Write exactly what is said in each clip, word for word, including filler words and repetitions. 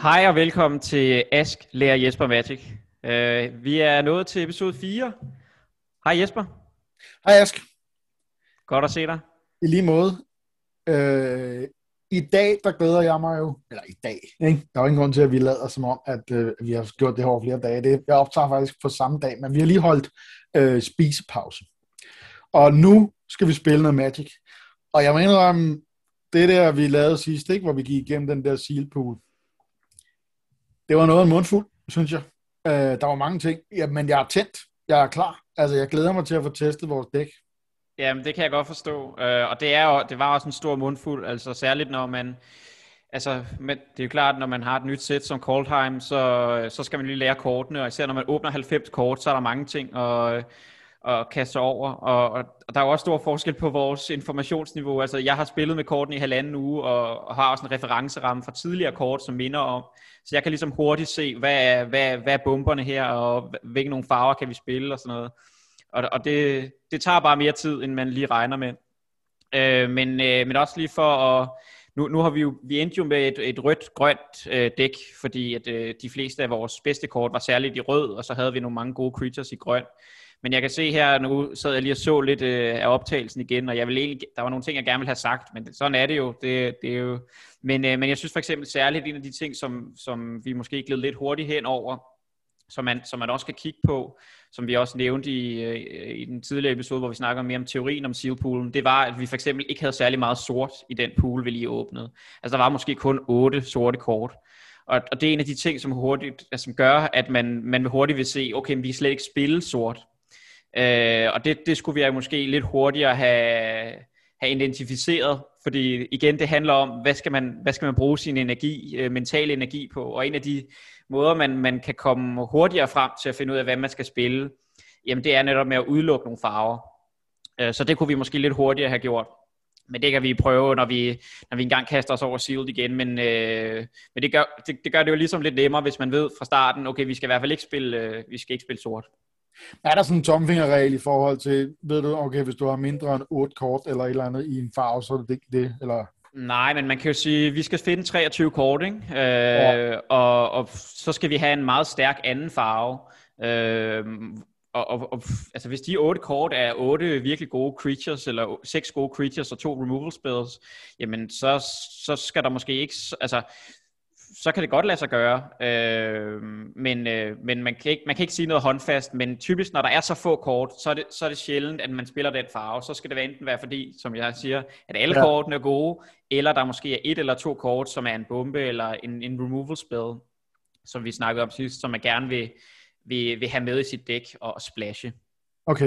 Hej og velkommen til Ask lærer Jesper Magic. Uh, vi er nået til episode fire. Hej Jesper. Hej Ask. Godt at se dig. I lige måde. Øh, I dag, der glæder jeg mig jo, eller i dag, ikke? Der er jo ingen grund til, at vi lader som om, at øh, vi har gjort det her over flere dage. Det, jeg optager faktisk på samme dag, men vi har lige holdt øh, spisepause. Og nu skal vi spille noget Magic. Og jeg mener om det der, vi lavede sidst, ikke? Hvor vi gik igennem den der seal pool. Det var noget af en mundfuld, synes jeg. Øh, der var mange ting, ja, men jeg er tændt. Jeg er klar. Altså, jeg glæder mig til at få testet vores dæk. Jamen, det kan jeg godt forstå. Uh, og det, er jo, det var også en stor mundfuld, altså særligt når man... Altså, det er jo klart, når man har et nyt sæt som Kaldheim, så, så skal man lige lære kortene, og især når man åbner halvfems kort, så er der mange ting at, at kaste over, og, og der er jo også stor forskel på vores informationsniveau. Altså, jeg har spillet med kortene i halvanden uge, og, og har også en referenceramme fra tidligere kort, som minder om, så jeg kan ligesom hurtigt se, hvad er, hvad, hvad er bomberne her, og hvilke nogle farver kan vi spille, og sådan noget. Og, og det, det tager bare mere tid, end man lige regner med. Øh, men, øh, men også lige for at... Nu, nu har vi jo, vi endte jo med et, et rødt-grønt øh, dæk, fordi at, øh, de fleste af vores bedste kort var særligt i rød, og så havde vi nogle mange gode creatures i grøn. Men jeg kan se her, nu sad jeg lige og så lidt øh, af optagelsen igen, og jeg vil egentlig, der var nogle ting, jeg gerne ville have sagt, men sådan er det jo. Det, det er jo men, øh, men jeg synes for eksempel særligt, en af de ting, som, som vi måske gled lidt hurtigt hen over, som man, som man også kan kigge på, som vi også nævnte i, øh, i den tidligere episode, hvor vi snakker mere om teorien om seal poolen, det var, at vi for eksempel ikke havde særlig meget sort i den pool, vi lige åbnede. Altså der var måske kun otte sorte kort. Og, og det er en af de ting, som hurtigt, altså, som gør, at man, man hurtigt vil se, okay, vi kan slet ikke spille sort. Øh, og det, det skulle vi måske lidt hurtigere have, have identificeret, fordi igen, det handler om, hvad skal man, hvad skal man bruge sin energi, øh, mental energi på, og en af de måder, man, man kan komme hurtigere frem til at finde ud af, hvad man skal spille, jamen det er netop med at udelukke nogle farver. Øh, så det kunne vi måske lidt hurtigere have gjort. Men det kan vi prøve, når vi, når vi engang kaster os over sealed igen. Men, øh, men det, gør, det, det gør det jo ligesom lidt nemmere, hvis man ved fra starten, okay, vi skal i hvert fald ikke spille, øh, vi skal ikke spille sort. Er der sådan en tomfingerregel i forhold til, ved du, okay, hvis du har mindre end otte kort eller et eller andet i en farve, så er det ikke det, eller... Nej, men man kan jo sige, at vi skal finde treogtyve kort, ikke? Øh, ja. og, og så skal vi have en meget stærk anden farve. Øh, og, og, og altså hvis de otte kort er otte virkelig gode creatures, eller seks gode creatures og to removal spells, jamen så, så skal der måske ikke... Altså, så kan det godt lade sig gøre, øh, men, øh, men man, kan ikke, man kan ikke sige noget håndfast, men typisk når der er så få kort, så er, det, så er det sjældent, at man spiller den farve. Så skal det enten være fordi, som jeg siger, at alle ja. kortene er gode, eller der måske er et eller to kort, som er en bombe eller en, en removal spell, som vi snakkede om sidst, som man gerne vil, vil, vil have med i sit dæk og splashe. Okay,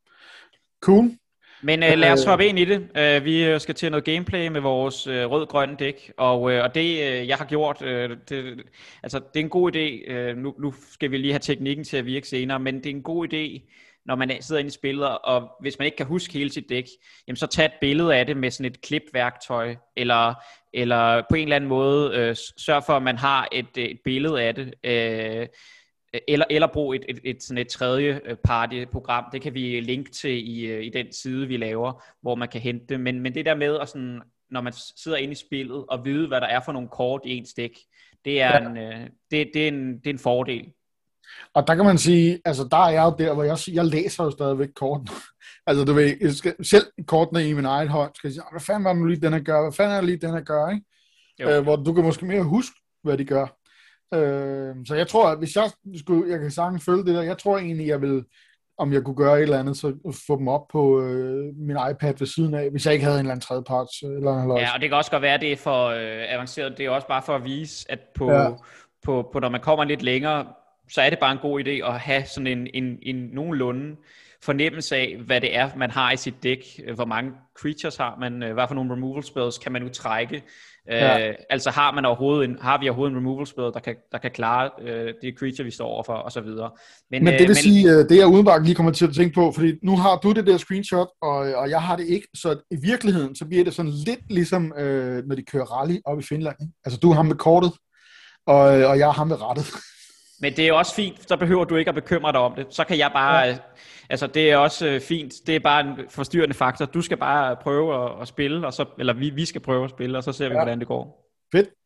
cool. Men øh, lad os hoppe ind i det. Uh, vi skal til noget gameplay med vores uh, rød-grønne dæk, og, uh, og det uh, jeg har gjort, uh, det, altså det er en god idé, uh, nu, nu skal vi lige have teknikken til at virke senere, men det er en god idé, når man sidder inde i spillet, og hvis man ikke kan huske hele sit dæk, jamen så tag et billede af det med sådan et klipværktøj, eller, eller på en eller anden måde uh, sørg for, at man har et, et billede af det, uh, Eller, eller brug et, et, et, sådan et tredje party program. Det kan vi linke til i, i den side, vi laver, hvor man kan hente det. Men, men det der med, at sådan, når man sidder inde i spillet, og vide, hvad der er for nogle kort i ens dæk, det er, ja. en, det, det, er, en, det er en fordel. Og der kan man sige, altså der er jeg jo der, hvor jeg, jeg læser jo stadigvæk kortene. Altså du ved, jeg skal, selv kortene i min egen hånd, skal jeg sige, hvad fanden var det nu lige, den her gør? Hvad fanden er det lige, den her gør? Ikke? Øh, hvor du kan måske mere huske, hvad de gør. Øh, så jeg tror, at hvis jeg skulle, jeg kan sagtens følge det der, jeg tror egentlig, jeg vil, om jeg kunne gøre et eller andet, så få dem op på øh, min iPad ved siden af, hvis jeg ikke havde en eller anden tredjeparts. Eller, eller ja, og det kan også godt være, at det er for øh, avanceret. Det er også bare for at vise, at på, ja. på, på, når man kommer lidt længere, så er det bare en god idé at have sådan en, en, en nogenlunde fornemmelse af, hvad det er, man har i sit dæk. Hvor mange creatures har man, hvad for nogle removal spells kan man nu trække. Ja. Øh, altså har man overhovedet en, har vi overhovedet en removal spell, der kan, der kan klare øh, det creature, vi står overfor, og så videre. Men, men det vil øh, men... sige, øh, det jeg udenbart lige kommer til at tænke på, fordi nu har du det der screenshot, og, og jeg har det ikke, så i virkeligheden, så bliver det sådan lidt ligesom, øh, når de kører rally op i Finland. Ikke? Altså du har ham med kortet, og, og jeg har ham med rettet. Men det er også fint, så behøver du ikke at bekymre dig om det. Så kan jeg bare, ja. altså det er også øh, fint, det er bare en forstyrrende faktor. Du skal bare prøve at, at spille, og så, eller vi, vi skal prøve at spille, og så ser vi, ja. hvordan det går. Fedt.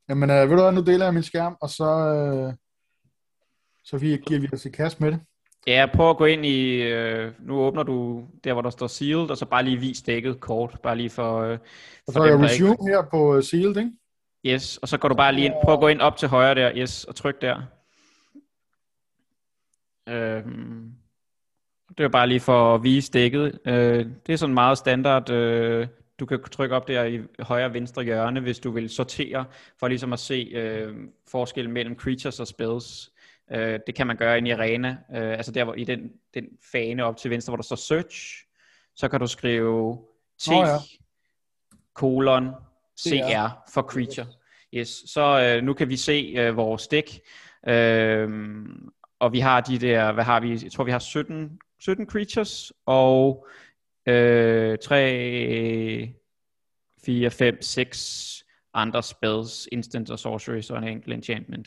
Jamen, øh, ved du hvad, nu deler jeg min skærm, og så, øh, så vi, giver vi os i kast med det. Ja, prøv at gå ind i, øh, nu åbner du der, hvor der står sealed, og så bare lige vis dækket kort, bare lige for, øh, Og for så er dem, jeg der resume ikke... her på uh, sealed, ikke? Yes, og så går du bare lige ind, prøv at gå ind op til højre der, yes, og tryk der. Øhm, det er bare lige for at vise dækket. Øh, det er sådan meget standard. Øh, du kan trykke op der i højre venstre hjørne, hvis du vil sortere, for ligesom at se øh, forskellen mellem creatures og spells. Øh, det kan man gøre inde i arena, øh, altså der hvor i den, den fane op til venstre, hvor der står search, så kan du skrive T, oh, ja. kolon, C R for creature. Yes, så øh, nu kan vi se øh, vores dæk, øh, og vi har de der, hvad har vi, jeg tror vi har sytten, sytten creatures, og øh, tre, fire, fem, seks andre spells, instant og sorceries og en enkelt enchantment.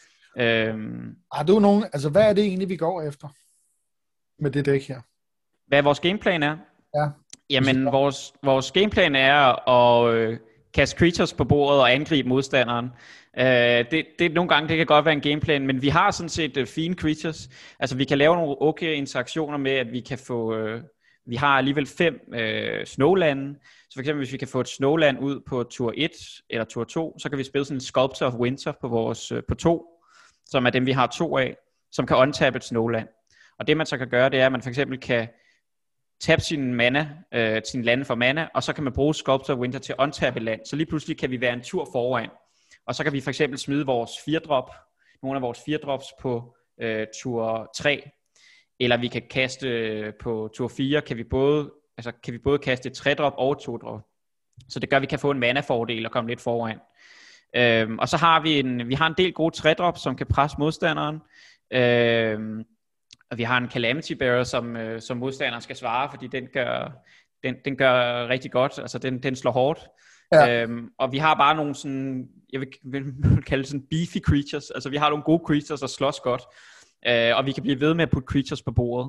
Øhm, Har du nogen, altså hvad er det egentlig, vi går efter med det dæk her? Hvad vores gameplan er? Ja. Jamen, vores, vores gameplan er at øh, kaste creatures på bordet og angribe modstanderen. Øh, det, det nogle gange, det kan godt være en gameplan, men vi har sådan set øh, fine creatures. Altså, vi kan lave nogle okay interaktioner med, at vi kan få... Øh, vi har alligevel fem øh, snowlande. Så for eksempel, hvis vi kan få et snowland ud på tur et eller tur to, så kan vi spille sådan en Sculptor of Winter på vores øh, på to, som er dem, vi har to af, som kan untappe et snowland. Og det, man så kan gøre, det er, at man for eksempel kan tabe sin mana, øh, sin lande for mana, og så kan man bruge Sculptor of Winter til at untappe et land. Så lige pludselig kan vi være en tur foran. Og så kan vi for eksempel smide vores fire drop, nogle af vores fire drops på øh, tur tre, eller vi kan kaste øh, på tur fire, kan vi både, altså kan vi både kaste et tre drop og et to drop. Så det gør, at vi kan få en mana-fordel og komme lidt foran. Øhm, og så har vi en, vi har en del gode tre drop, som kan presse modstanderen. Øhm, og vi har en Calamity Bearer, som, øh, som modstanderen skal svare, fordi den gør, den, den gør rigtig godt. Altså den, den slår hårdt. Ja. Øhm, og vi har bare nogle sådan, jeg vil, vil kalde det sådan beefy creatures. Altså vi har nogle gode creatures, der slås godt. Øh, og vi kan blive ved med at putte creatures på bordet.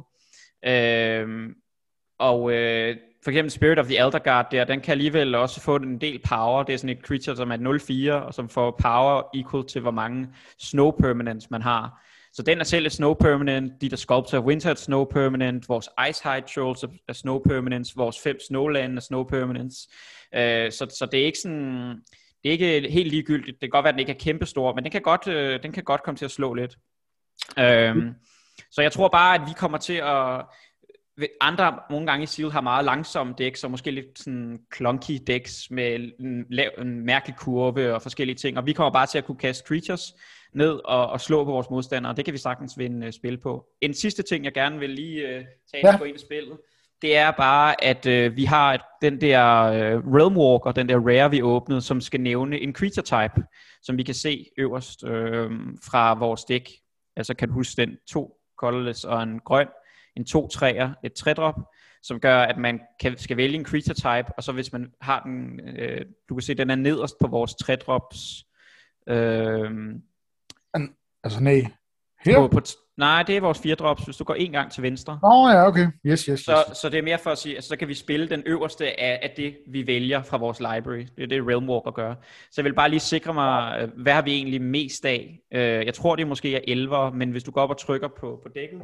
Øh, og øh, for eksempel Spirit of the Elder Guard der, den kan alligevel også få en del power. Det er sådan et creature, som er nul fire, og som får power equal til, hvor mange snow permanents man har. Så den er selv et snow permanent. De der Sculptor of Winter er et snow permanent. Vores Icehide Trolls er snow permanents. Vores fem snowland er snow permanents. Øh, så, så det er ikke sådan... Det er ikke helt ligegyldigt. Det kan godt være, at den ikke er kæmpestor, men den kan godt, øh, den kan godt komme til at slå lidt. Øhm, så jeg tror bare, at vi kommer til at... Andre nogle gange i Seal har meget langsomme decks, og måske lidt sådan clunky decks med en, lav, en mærkelig kurve og forskellige ting. Og vi kommer bare til at kunne kaste creatures ned og, og slå på vores modstandere. Det kan vi sagtens vinde uh, spil på. En sidste ting, jeg gerne vil lige uh, tage ja. på ind i spillet, det er bare, at uh, vi har et, den der uh, Realmwalker, den der rare, vi åbnede, som skal nævne en creature type, som vi kan se øverst uh, fra vores deck. Altså kan du huske den to colorless og en grøn, en to træer, et tre-drop, som gør, at man kan, skal vælge en creature type, og så hvis man har den, øh, du kan se, den er nederst på vores tre-drops. Øh, altså nej, her? På, på, nej, det er vores fire drops, hvis du går en gang til venstre. Åh oh, ja, okay. Yes, yes, yes. Så, så det er mere for at sige, altså, så kan vi spille den øverste af, af det, vi vælger fra vores library. Det er det, Realmwalker gør. Så jeg vil bare lige sikre mig, hvad har vi egentlig mest af? Øh, jeg tror, det måske er elleve, men hvis du går op og trykker på, på dækket,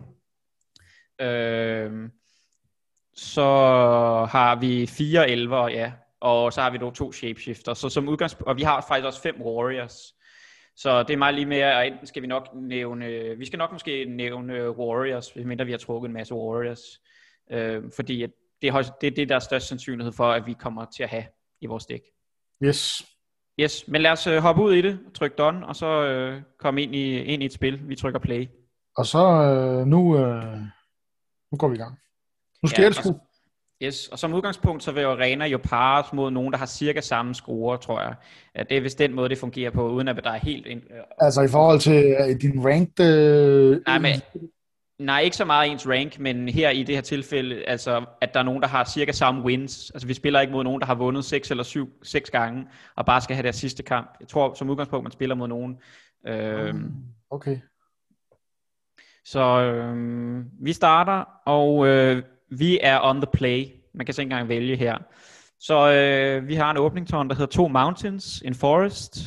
Øh, så har vi fire elver, ja, og så har vi dog to shapeshifter, så som udgangspunkt, og vi har faktisk også fem warriors, så det er meget lige mere, og enten skal vi nok nævne, vi skal nok måske nævne warriors, mindre vi har trukket en masse warriors, øh, fordi det er det, det der er størst sandsynlighed for, at vi kommer til at have i vores dæk. Yes. Yes, men lad os øh, hoppe ud i det, tryk done, og så øh, komme ind i, ind i et spil, vi trykker play. Og så øh, nu... Øh... Nu går vi i gang. Nu skal ja, jeg det sgu. Yes, og som udgangspunkt, så vil Arena jo pares mod nogen, der har cirka samme skruer, tror jeg. Ja, det er vist den måde, det fungerer på, uden at der er helt... Øh, altså i forhold til uh, din ranked... Øh, nej, men, nej, ikke så meget ens rank, men her i det her tilfælde, altså, at der er nogen, der har cirka samme wins. Altså vi spiller ikke mod nogen, der har vundet seks eller syv, seks gange, og bare skal have deres sidste kamp. Jeg tror som udgangspunkt, man spiller mod nogen. Øh, okay. Så øh, vi starter, og øh, vi er on the play. Man kan så ikke engang vælge her. Så øh, vi har en åbningstårn, der hedder to mountains, en forest.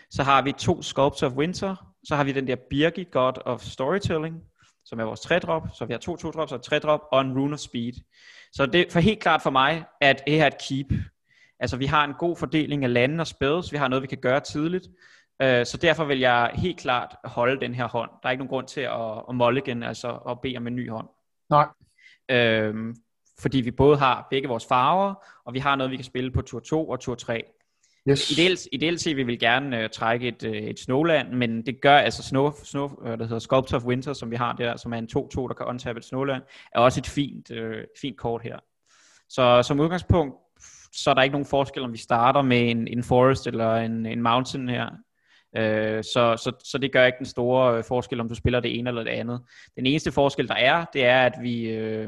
Så har vi to Sculpts of Winter. Så har vi den der Birgit, God of Storytelling, som er vores tre-drop. Så vi har to to-drops og et tre-drop og en Rune of Speed. Så det er for helt klart for mig, at det her er et keep. Altså vi har en god fordeling af lande og spells. Vi har noget, vi kan gøre tidligt. Så derfor vil jeg helt klart holde den her hånd. Der er ikke nogen grund til at, at mulligan, altså at bede om en ny hånd. Nej. Øhm, fordi vi både har begge vores farver, og vi har noget, vi kan spille på tur to og tur tre. Yes. Ideelt, ideelt set, vi vil gerne uh, trække et, uh, et Snowland, men det gør altså Snow, Snow uh, der hedder Sculpt of Winter, som vi har der, som er en to to, der kan untappe et Snowland, er også et fint, uh, fint kort her. Så som udgangspunkt, så er der ikke nogen forskel, om vi starter med en, en Forest eller en, en Mountain her. Uh, så, så, så det gør ikke den store uh, forskel, om du spiller det ene eller det andet. Den eneste forskel, der er, det er, at vi... Uh,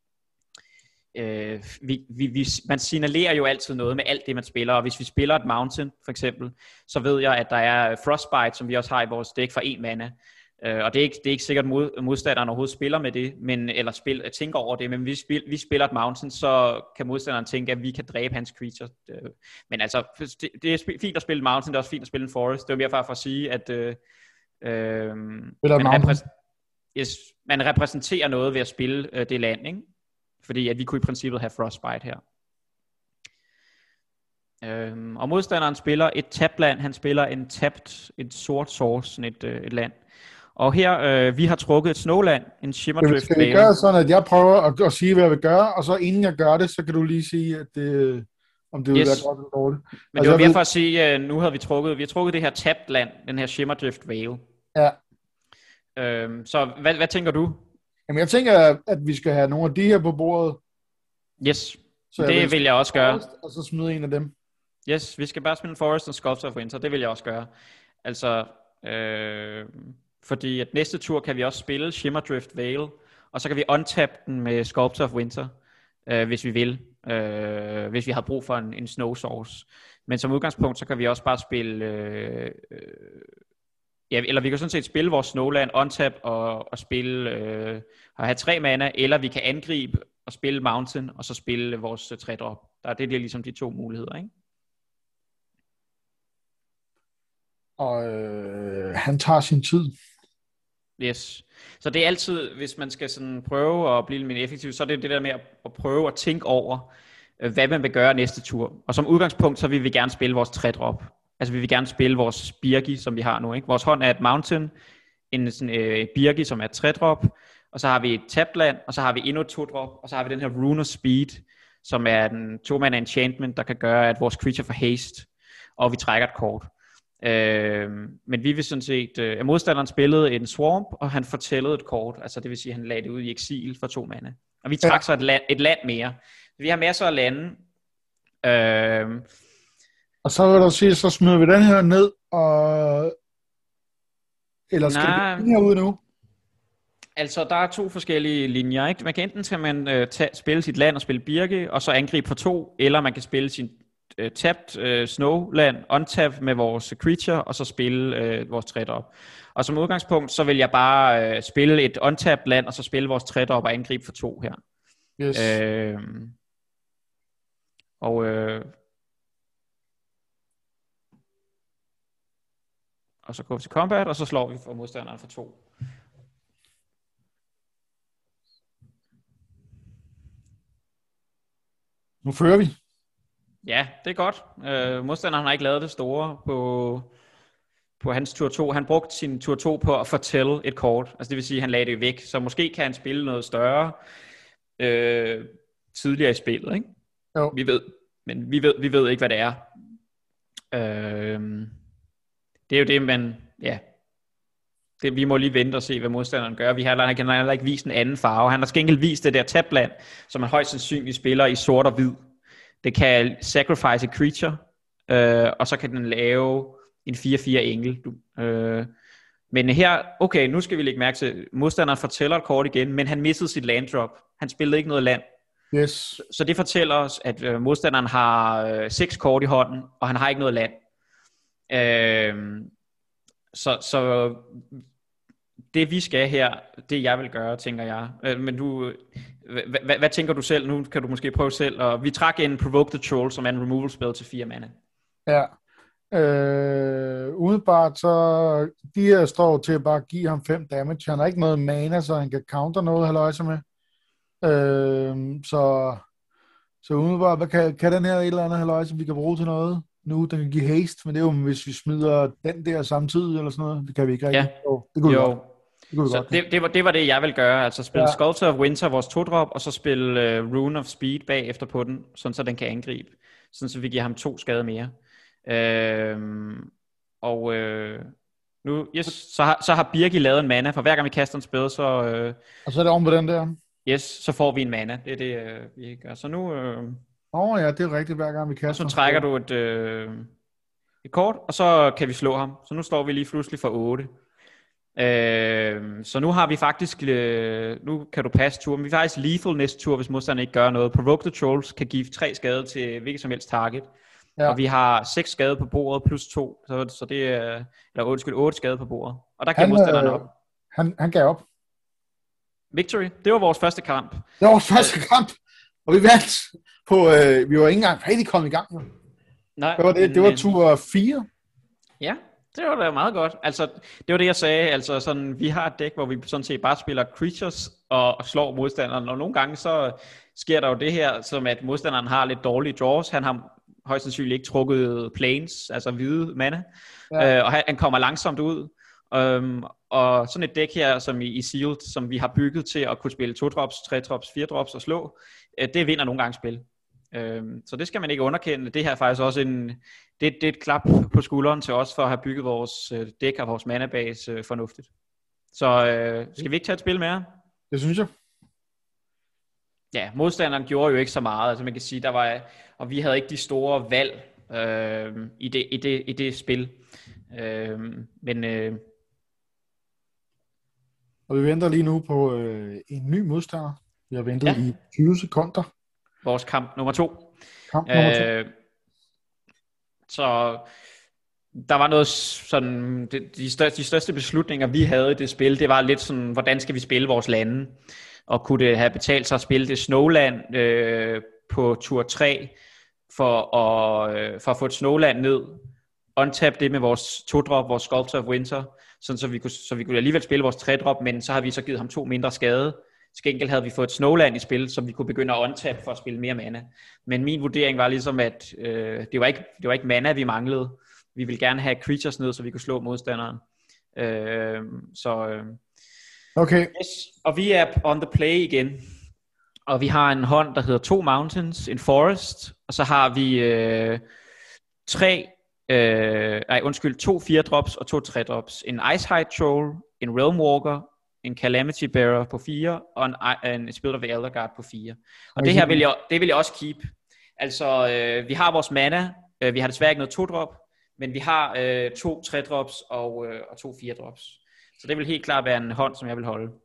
Øh, vi, vi, vi, man signalerer jo altid noget med alt det man spiller, og hvis vi spiller et Mountain for eksempel, så ved jeg at der er Frostbite, som vi også har i vores dæk for en mana, øh, og det er, ikke, det er ikke sikkert mod, modstanderen overhovedet spiller med det, men, eller spil, tænker over det, men hvis vi, spil, vi spiller et Mountain, så kan modstanderen tænke at vi kan dræbe hans creature, øh, men altså det, det er fint at spille et Mountain, det er også fint at spille en Forest. Det var mere for at sige at øh, øh, man, repræs- yes, man repræsenterer noget ved at spille øh, det land, ikke? Fordi at vi kunne i princippet have Frostbite her. Øhm, og modstanderen spiller et tabt land. Han spiller en tabt, et sort source, sådan et, øh, et land. Og her, øh, vi har trukket et Snowland, en Shimmerdrift Vale. Skal vi gøre sådan, at jeg prøver at, at sige, hvad jeg vil gøre, og så inden jeg gør det, så kan du lige sige, at det, om det vil yes. være godt eller dårligt. Men altså, det var mere ved... for at sige, at nu har vi trukket, vi har trukket det her tabt land, den her Shimmerdrift Vale. Ja. Øhm, så hvad, hvad tænker du? Jamen jeg tænker, at vi skal have nogle af de her på bordet. Yes, så det vil, vil jeg også gøre. Og så smide en af dem. Yes, vi skal bare spille Forest og Sculpt of Winter, det vil jeg også gøre. Altså, øh, fordi at næste tur kan vi også spille Shimmerdrift Vale, og så kan vi untappe den med Sculpt of Winter, øh, hvis vi vil. Øh, hvis vi har brug for en, en Snow Source. Men som udgangspunkt, så kan vi også bare spille... Øh, øh, Ja, eller vi kan sådan set spille vores Snowland, untap og, og spille øh, og have tre mana, eller vi kan angribe og spille Mountain, og så spille vores uh, tre drop. Der er det, det er ligesom de to muligheder, ikke? Og øh, han tager sin tid. Yes. Så det er altid, hvis man skal sådan prøve at blive lidt mere effektiv, så er det det der med at, at prøve at tænke over, øh, hvad man vil gøre næste tur. Og som udgangspunkt, så vil vi gerne spille vores tre drop. Altså vi vil gerne spille vores Birgi, som vi har nu, ikke? Vores hånd er et Mountain, en sådan, øh, Birgi, som er et tre-drop, og så har vi et Tabland, og så har vi endnu et to-drop, og så har vi den her Rune of Speed, som er den to-mana enchantment, der kan gøre, at vores creature får haste, og vi trækker et kort. Øh, men vi vil sådan set, øh, modstanderen spillede en Swamp, og han fortællede et kort, altså det vil sige, at han lagde det ud i eksil for to mana. Og vi trak ja. så et land, et land mere. Vi har masser af lande. Øh, Og så vil du sige, så smider vi den her ned, og... Eller skal Nej, vi her ud nu? Altså, der er to forskellige linjer, ikke? Man kan enten skal man øh, tage, spille sit land og spille Birke, og så angribe for to, eller man kan spille sin øh, tabt øh, Snowland, untap med vores creature, og så spille øh, vores tre-drop. Og som udgangspunkt, så vil jeg bare øh, spille et untapped land, og så spille vores tre-drop og angribe for to her. Yes. Øh, og... Øh, Og så går vi til combat, og så slår vi for modstanderen for to. Nu fører vi. Ja, det er godt. Øh, modstanderen har ikke lavet det store på, på hans tur to. Han brugte sin tur to på at fortælle et kort. Altså det vil sige, at han lagde det væk. Så måske kan han spille noget større øh, tidligere i spillet, ikke? Jo. Vi ved, men vi ved, vi ved ikke, hvad det er. Øh, Det er jo det, man, ja, det, vi må lige vente og se, hvad modstanderen gør. Vi har heller, han har heller ikke vist en anden farve. Han har skænkelt vist det der tabland, som man højst sandsynligt spiller i sort og hvid. Det kan sacrifice a creature, øh, og så kan den lave en fire fire engel. Øh, men her, okay, nu skal vi lægge mærke til, modstanderen fortæller et kort igen, men han missede sit land drop. Han spillede ikke noget land. Yes. Så det fortæller os, at øh, modstanderen har øh, seks kort i hånden, og han har ikke noget land. Øh, så, så det vi skal her, det jeg vil gøre, tænker jeg. Øh, men du, h- h- hvad tænker du selv? Nu kan du måske prøve selv. Og vi trak en Provoke the Troll, som er en removal spell til fire mana. Ja, Øh, umiddelbart så, de her står til at bare give ham fem damage. Han har ikke noget mana, så han kan counter noget, halvøjse med. Øh, så, så umiddelbart, hvad kan, kan den her et eller andet halvøjse, vi kan bruge til noget? Nu, den kan give haste, men det er jo, hvis vi smider den der samtidig, eller sådan noget. Det kan vi ikke rigtig. Ja, Jo, det kunne jo. vi godt. Det, kunne vi Så godt. det, det, var, det var det, jeg ville gøre. Altså spille Ja. Sculptor of Winter, vores to-drop, og så spille uh, Rune of Speed bagefter på den, sådan så den kan angribe. Sådan så vi giver ham to skade mere. Øhm, og øh, nu, yes, så, har, så har Birgi lavet en mana, for hver gang vi kaster en spil, så, øh, Og så er det om på den der. yes, så får vi en mana. Det er det, øh, vi gør. Så nu, øh, Åh oh, ja, det er rigtigt, hver gang vi og kaster. så trækker du et, øh, et kort, og så kan vi slå ham. Så nu står vi lige pludselig for otte. Øh, så nu har vi faktisk, øh, nu kan du passe turen. Vi er faktisk lethal næste tur, hvis modstanderen ikke gør noget. Provoke the Trolls kan give tre skade til hvilket som helst target. Ja. Og vi har seks skade på bordet plus to, så, så det er, eller undskyld, otte skade på bordet. Og der kan modstanderen op. Han, han gav op. Victory, det var vores første kamp. Det var vores første kamp, og vi vandt på, øh, vi var ikke engang rigtig kommet i gang. Nej. Det var, det, men, det var tur fire. Ja, det var da meget godt. Altså, det var det, jeg sagde. Altså, sådan, vi har et dæk, hvor vi sådan set bare spiller creatures og, og slår modstanderen. Og nogle gange så sker der jo det her, som at modstanderen har lidt dårlige draws. Han har højst sandsynligt ikke trukket planes, altså hvide mana. Ja. Øh, og han, han kommer langsomt ud. Um, og sådan et dæk her, som i, i Sealed, som vi har bygget til at kunne spille to drops, tre drops, fire drops og slå, øh, det vinder nogle gange spil. Um, så det skal man ikke underkende. Det her er faktisk også en, det, det er et klap på skulderen til os for at have bygget vores øh, dæk og vores manabase øh, fornuftigt. Så øh, skal vi ikke tage et spil mere? Det synes jeg. Ja, modstanderen gjorde jo ikke så meget. Altså man kan sige, der var, og vi havde ikke de store valg øh, i, det, i, det, i det spil. Øh, men øh, Og vi venter lige nu på øh, en ny modstander. Vi har ventet ja. i tyve sekunder. Vores kamp nummer to. Kamp nummer to. Øh, så der var noget sådan, de, de, største, de største beslutninger, vi havde i det spil, det var lidt sådan, hvordan skal vi spille vores lande? Og kunne det have betalt sig at spille det Snowland øh, på tur tre, for at, øh, for at få et Snowland ned, untap det med vores to-drop, vores Sculptor of Winter, sådan så vi kunne, så vi kunne alligevel spille vores tre-drop, men så har vi så givet ham to mindre skade. Til gengæld havde vi fået et Snowland i spil, så vi kunne begynde at untap for at spille mere mana. Men min vurdering var ligesom, at øh, det, var ikke, det var ikke mana, vi manglede. Vi ville gerne have creatures ned, så vi kunne slå modstanderen. Øh, så øh, okay. Yes. Og vi er on the play igen. Og vi har en hånd, der hedder to mountains, en forest, og så har vi øh, tre, øh, nej undskyld, to fire drops og to tre drops. En Icehide Troll, en Realm Walker, en Calamity Bearer på fire, og en, en Spirit of the Elder Guard på fire. Og okay. det her vil jeg, det vil jeg også keep. Altså, øh, vi har vores mana, øh, vi har desværre ikke noget to-drop, men vi har øh, to tre-drops og, øh, og to fire-drops. Så det vil helt klart være en hånd, som jeg vil holde.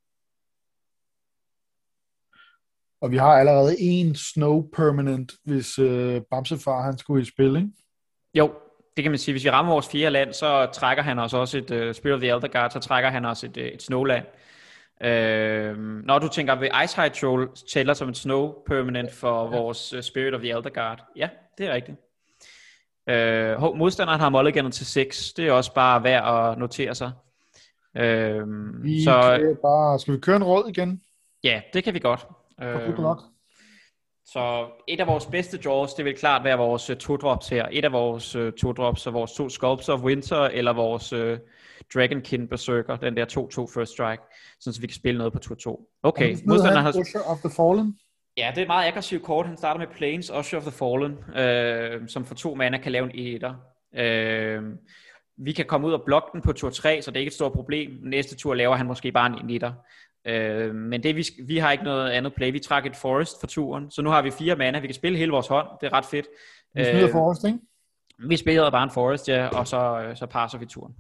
Og vi har allerede en Snow Permanent, hvis øh, Bamsefar han skulle i spil, ikke? Jo, det kan man sige. Hvis vi rammer vores fjerde land, så trækker han os også et uh, Spirit of the Elder Guard, så trækker han os et, uh, et Snowland. Uh, når du tænker, ved Icehide Troll tæller som en Snow Permanent for ja. vores uh, Spirit of the Elder Guard. Ja, det er rigtigt. Uh, modstanderen har mulliganet til seks. Det er også bare værd at notere sig. Uh, vi så, bare, skal vi køre en råd igen? Ja, det kan vi godt. Uh, Så et af vores bedste draws, det vil klart være vores uh, to-drops her. Et af vores uh, to-drops er vores to Sculptor of Winter, eller vores uh, Dragonkin Berserker, den der to to First Strike, sådan så vi kan spille noget på tur to. Okay, modstanderen har... Usher of the Fallen? Ja, det er et meget aggressivt kort. Han starter med Plains, Usher of the Fallen, øh, som for to mana kan lave en etter. Øh, vi kan komme ud og blokke den på tur tre, så det er ikke et stort problem. Næste tur laver han måske bare en etter. Øh, men det vi, vi har ikke noget andet play. Vi trækker et Forest for turen, så nu har vi fire mana. Vi kan spille hele vores hånd. Det er ret fedt. Vi spiller øh, Forest, ikke? Vi spiller bare en Forest, ja, og så, så passer vi turen.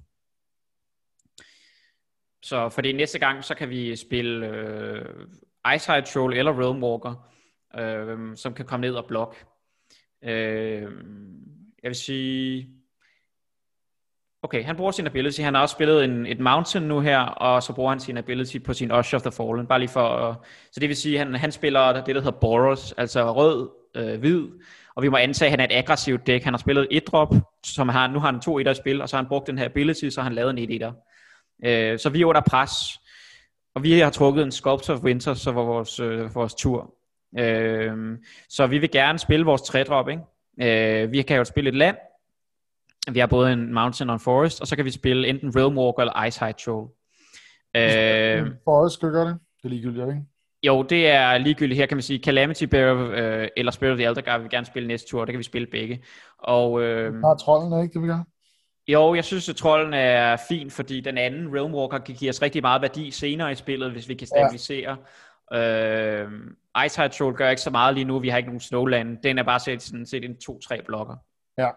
Så fordi næste gang, så kan vi spille øh, Icehide Troll eller Realm Walker, øh, som kan komme ned og blokke. Øh, jeg vil sige... Okay, han bruger sin ability. Han har også spillet en, et Mountain nu her, og så bruger han sin ability på sin Usher of the Fallen. Bare lige for... Uh, så det vil sige, at han, han spiller det, der hedder Boros, altså rød, øh, hvid. og vi må antage, at han er et aggressivt dæk. Han har spillet et drop, som har, nu har han to etter i spil, og så har han brugt den her ability, så har han lavet en et etter. Øh, så vi er under pres, og vi har trukket en Sculptor of Winter, så var vores, øh, vores tur. Øh, så vi vil gerne spille vores tre drop, ikke? Øh, vi kan jo spille et land. Vi har både en Mountain og en Forest, og så kan vi spille enten Realmwalker eller Icehide Troll. Øh, Forest skal gøre det. Det er ligegyldigt, ikke? Jo, det er ligegyldigt. Her kan man sige Calamity Bearer øh, eller Spirit of the Elder Guard vil gerne spille næste tur, det kan vi spille begge. Og øh, der er trolden, ikke det vi gør? Jo, jeg synes at trolden er fin, fordi den anden Realmwalker kan give os rigtig meget værdi senere i spillet, hvis vi kan stabilisere. Ja. øh, Icehide Troll gør ikke så meget lige nu, vi har ikke nogen Snowland. Den er bare set, sådan set en to tre blokker. Ja.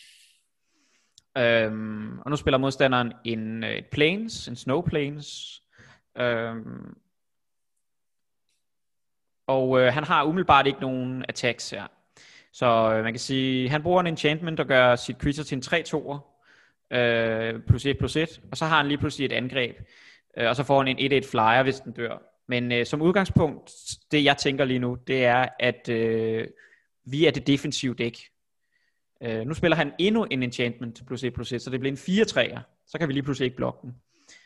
Øhm, og nu spiller modstanderen en et Plains, en Snow Plains. Øhm, og øh, han har umiddelbart ikke nogen attacks her. Så øh, man kan sige, han bruger en enchantment, der gør sit creature til en tre toer. Øh, plus et plus et. Og så har han lige pludselig et angreb. Øh, og så får han en et et flyer, hvis den dør. Men øh, som udgangspunkt, det jeg tænker lige nu, det er, at øh, vi er det defensive dæk. Uh, nu spiller han endnu en enchantment plus et plus et, så det bliver en fire treer. Så kan vi lige pludselig ikke blokke den.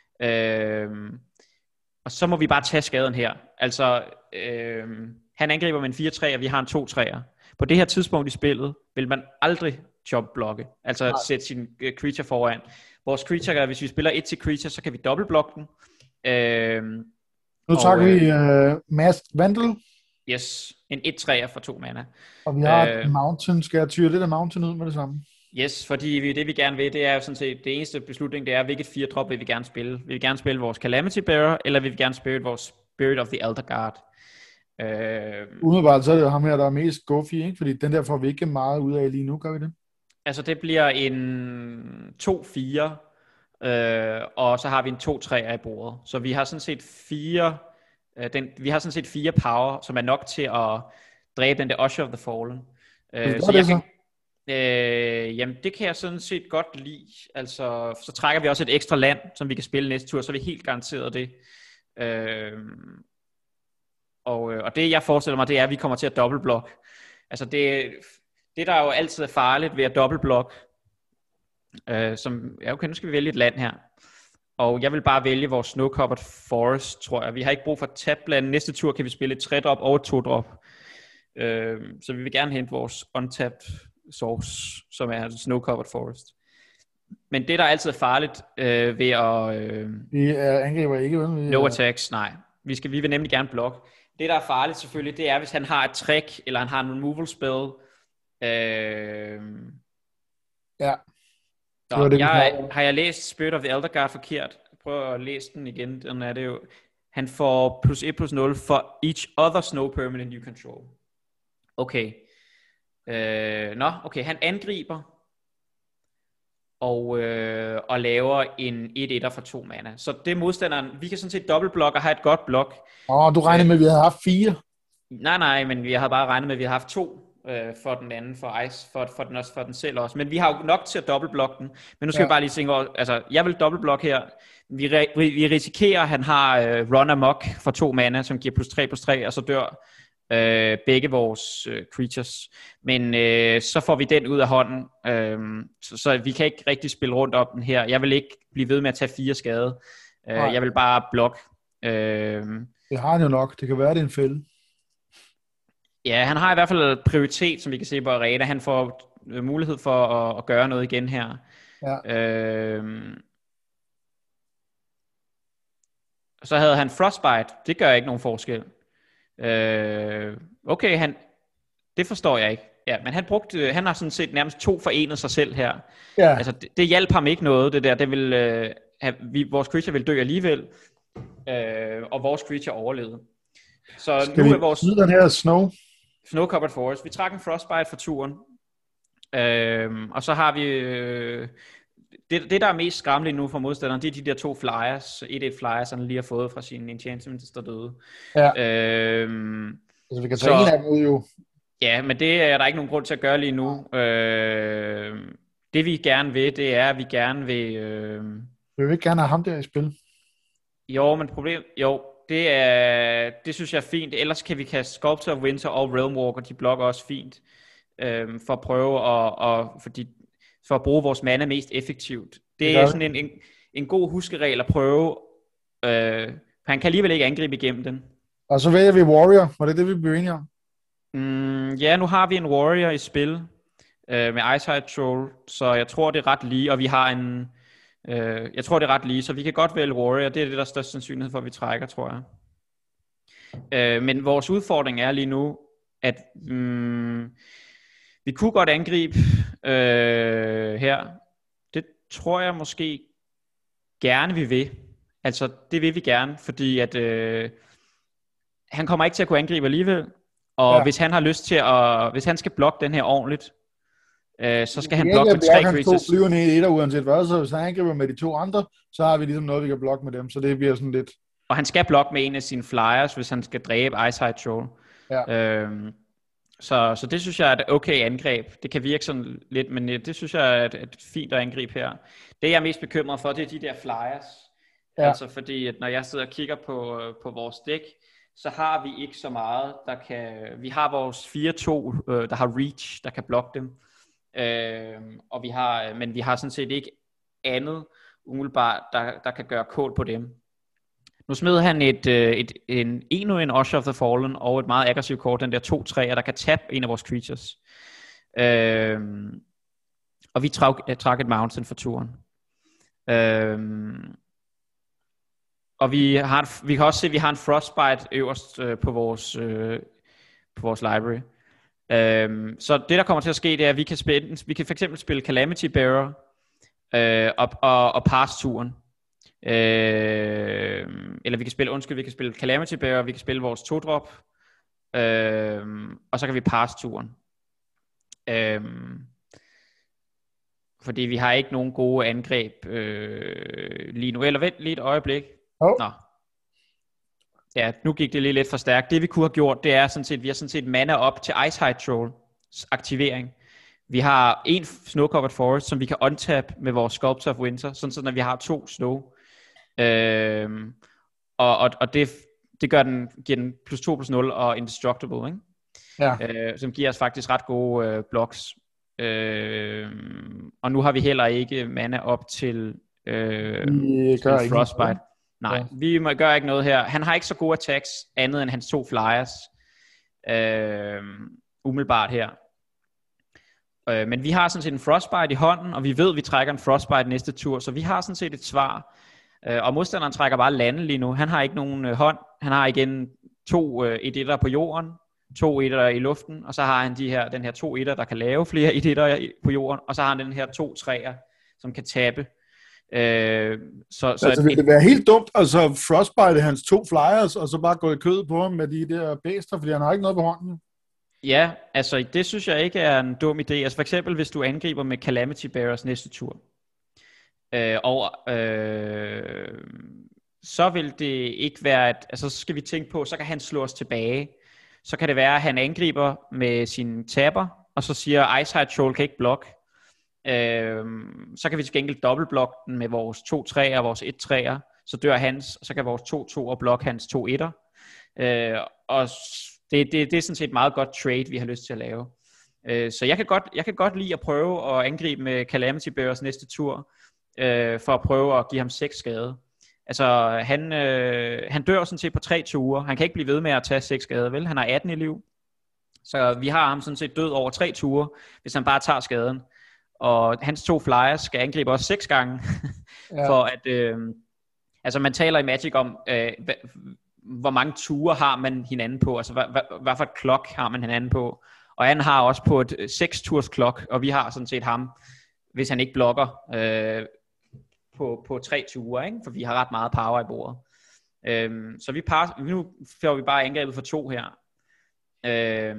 Uh, og så må vi bare tage skaden her. Altså, uh, han angriber med en fire treer, vi har en to treer. På det her tidspunkt i spillet vil man aldrig jump-blokke. Altså Nej. sætte sin uh, creature foran. Vores creature, hvis vi spiller et til creature, så kan vi dobbeltblokke den. Uh, nu tager vi uh, Masked Vandal. Yes, en et treer for to mana. Og vi har øh, Mountain. Skal jeg tyre det der Mountain ud med det samme? Yes, fordi vi, det vi gerne vil, det er jo sådan set, det eneste beslutning, det er, hvilket fire drop vil vi gerne spille. Vil vi gerne spille vores Calamity Bearer, eller vil vi gerne spille vores Spirit of the Elder Guard? Øh, Umiddelbart så er det jo ham her, der er mest goofy, ikke? Fordi den der får vi ikke meget ud af lige nu, gør vi det? Altså det bliver en to fire, øh, og så har vi en to treer i bordet. Så vi har sådan set fire... Den, vi har sådan set fire power, som er nok til at dræbe den der Usher of the Fallen. Øh, så jeg kan, øh, jamen det kan jeg sådan set godt lide. Altså, så trækker vi også et ekstra land, som vi kan spille næste tur, så er vi helt garanteret det. Øh, og, og det jeg forestiller mig, det er, at vi kommer til at dobbeltblokke. Altså det, det der jo altid er farligt ved at dobbeltblokke, øh, som, ja okay, nu skal vi vælge et land her. Og jeg vil bare vælge vores Snow-Covered Forest, tror jeg. Vi har ikke brug for tab-land. Næste tur kan vi spille et tre drop og et to drop. Øh, så vi vil gerne hente vores untapped source, som er Snow-Covered Forest. Men det, der altid er farligt øh, ved at... Øh, vi er angriber ikke, vel? Vi no attacks, nej. Vi, skal, vi vil nemlig gerne blokke. Det, der er farligt selvfølgelig, det er, hvis han har et trick, eller han har en removal spell. Øh, ja. Så, det, jeg, har jeg læst Spirit of the Elder Guard forkert? Prøv at læse den igen. Den er det jo. Han får plus et plus nul for each other snow permanent you control. Okay. Øh, nå, okay. Han angriber og, øh, og laver en et etter for to mana. Så det er modstanderen. Vi kan sådan set dobbeltblokke og have et godt blok. Åh, oh, du regner med, at vi havde haft fire? Nej, nej, men vi havde bare regnet med, at vi havde haft to. For den anden, for Ice, for, for den også, for den selv også. Men vi har jo nok til at dobbeltblokke den. Men nu skal ja. vi bare lige tænke over, altså jeg vil dobbeltblokke her. Vi, re, vi risikerer, at han har uh, Run Amok for to mana, som giver plus tre plus tre, og så dør uh, begge vores uh, creatures. Men uh, så får vi den ud af hånden. Uh, så, så vi kan ikke rigtig spille rundt om den her. Jeg vil ikke blive ved med at tage fire skade. Uh, jeg vil bare blokke. Uh, det har han jo nok. Det kan være, det er en fælde. Ja, han har i hvert fald prioritet, som vi kan se på arena. Han får mulighed for at, at gøre noget igen her. Ja. Øhm, så havde han Frostbite. Det gør ikke nogen forskel. Øh, okay, han, det forstår jeg ikke. Ja, men han brugte, han har sådan set nærmest to forenet sig selv her. Ja. Altså, det, det hjalp ham ikke noget, det der. Det vil, øh, have, vi, vores creature vil dø alligevel, øh, og vores creature overlevede. Så skal nu vi er vores den her Snow? Snow-Covered Forest. Vi trækker en Frostbite for turen. Øhm, og så har vi... Øh, det, det, der er mest skræmmende nu for modstanderen, det er de der to flyers. et et flyers, han lige har fået fra sin enchantment, der døde. Ja. Øhm, altså, vi kan tage så, en af dem ud jo. Ja, men det er der ikke nogen grund til at gøre lige nu. Øh, det vi gerne vil, det er, at vi gerne vil... Øh, vi vil ikke gerne have ham der i spil. Jo, men problem... Jo, Det, er, det synes jeg er fint. Ellers kan vi kaste Sculptor of Winter og Realmwalker. De blokker også fint. øh, for at prøve at, og, fordi, for at bruge vores mana mest effektivt. Det, Det er gør sådan en, en, en god huskeregel at prøve, øh, for han kan alligevel ikke angribe igennem den. Og så vælger vi Warrior. Var det det, vi blev enige om? Mm, ja, nu har vi en Warrior i spil øh, med Eyesight Troll, så jeg tror, det er ret lige, og vi har en... Øh, jeg tror, det er ret lige, så vi kan godt vælge Warrior. Det er det, der er størst sandsynlighed for, at vi trækker, tror jeg. Øh, men vores udfordring er lige nu, at mm, vi kunne godt angribe øh, her. Det tror jeg måske gerne, vi vil. Altså, det vil vi gerne, fordi at øh, han kommer ikke til at kunne angribe alligevel. Og ja. hvis han har lyst til at, hvis han skal blokke den her ordentligt, øh, så skal han blokke med tre creatures. Han to flyver ned i et uanset hvad, så hvis han angriber med de to andre, så har vi ligesom noget, vi kan blokke med dem, så det bliver sådan lidt... Og han skal blokke med en af sine flyers, hvis han skal dræbe Eyesight Troll. Ja. Øhm, så, så det synes jeg er et okay angreb. Det kan virke sådan lidt, men det synes jeg er et, et fint at angribe her. Det jeg er mest bekymret for, det er de der flyers. Ja. Altså fordi, at når jeg sidder og kigger på, på vores dæk, så har vi ikke så meget, der kan... Vi har vores fire to, øh, der har reach, der kan blokke dem. Øh, og vi har, men vi har sådan set ikke andet umiddelbart, der, der kan gøre kål på dem. Nu smed han et, et, en, endnu en Usher of the Fallen og et meget aggressivt kort, den der to tre, der kan tabe en af vores creatures. Øh, og vi trak, trak et Mountain for turen. Øh, og vi, har, vi kan også se, at vi har en Frostbite øverst øh, på, vores, øh, på vores library. Øh, så det, der kommer til at ske, det er, at vi kan, spille, vi kan for eksempel spille Calamity Bearer øh, og, og, og pass turen. Øh, eller vi kan spille, undskyld, vi kan spille Calamity Bearer, vi kan spille vores to-drop, øh, og så kan vi pass turen. Øh, fordi vi har ikke nogen gode angreb øh, lige nu. Eller vent lige et øjeblik. Oh. Nå. Ja, nu gik det lige lidt for stærkt. Det vi kunne have gjort, det er sådan set, vi har sådan set mana op til Eyesight Trolls aktivering. Vi har en Snow-Covered Forest, som vi kan untap med vores Sculptor of Winter, sådan så når vi har to snow. Øhm, og og, og det, det gør den, giver den plus to plus nul og Indestructible, ikke? Ja. Øh, som giver os faktisk ret gode øh, blocks. Øh, og nu har vi heller ikke mana op til, øh, til Frostbite. Ikke. Nej, ja. Vi må, gør ikke noget her. Han har ikke så gode attacks, andet end hans to flyers. Øh, umiddelbart her. Øh, men vi har sådan set en Frostbite i hånden, og vi ved, at vi trækker en Frostbite næste tur, så vi har sådan set et svar. Øh, og modstanderen trækker bare lande lige nu. Han har ikke nogen øh, hånd. Han har igen to øh, et-etter på jorden, to etter i luften, og så har han de her, den her to etter, der kan lave flere et-etter på jorden, og så har han den her to træer, som kan tabe. Øh, så, så altså vil det være helt dumt altså frostbite hans to flyers og så bare gå i kød på ham med de der bæster, fordi han har ikke noget på hånden? Ja, altså det synes jeg ikke er en dum idé. Altså for eksempel hvis du angriber med Calamity Bearers næste tur, øh, og øh, så vil det ikke være et, altså så skal vi tænke på, så kan han slå os tilbage. Så kan det være at han angriber med sin tapper, og så siger Eyesight Troll kan ikke blokke. Øhm, så kan vi til gengæld dobbeltblokke den med vores to træer og vores et træer, så dør hans, og så kan vores to to og blokke hans to etter. Øh, og det, det, det er sådan set et meget godt trade, vi har lyst til at lave. Øh, så jeg kan, godt, jeg kan godt lide at prøve at angribe med Calamity Bearers næste tur, øh, for at prøve at give ham seks skade. Altså han, øh, han dør sådan set på tre ture. Han kan ikke blive ved med at tage seks skade, vel? Han har atten i liv. Så vi har ham sådan set død over tre ture, hvis han bare tager skaden. Og hans to flyers skal angribe os seks gange, ja. For at, øh, altså man taler i Magic om, øh, hvor mange ture har man hinanden på, altså hvad, hvad, hvad for et klok har man hinanden på, og han har også på et seks turs klok, og vi har sådan set ham, hvis han ikke blokker, øh, på, på tre ture, ikke? For vi har ret meget power i bordet. Øh, så vi par, nu får vi bare angrebet for to her. Øh,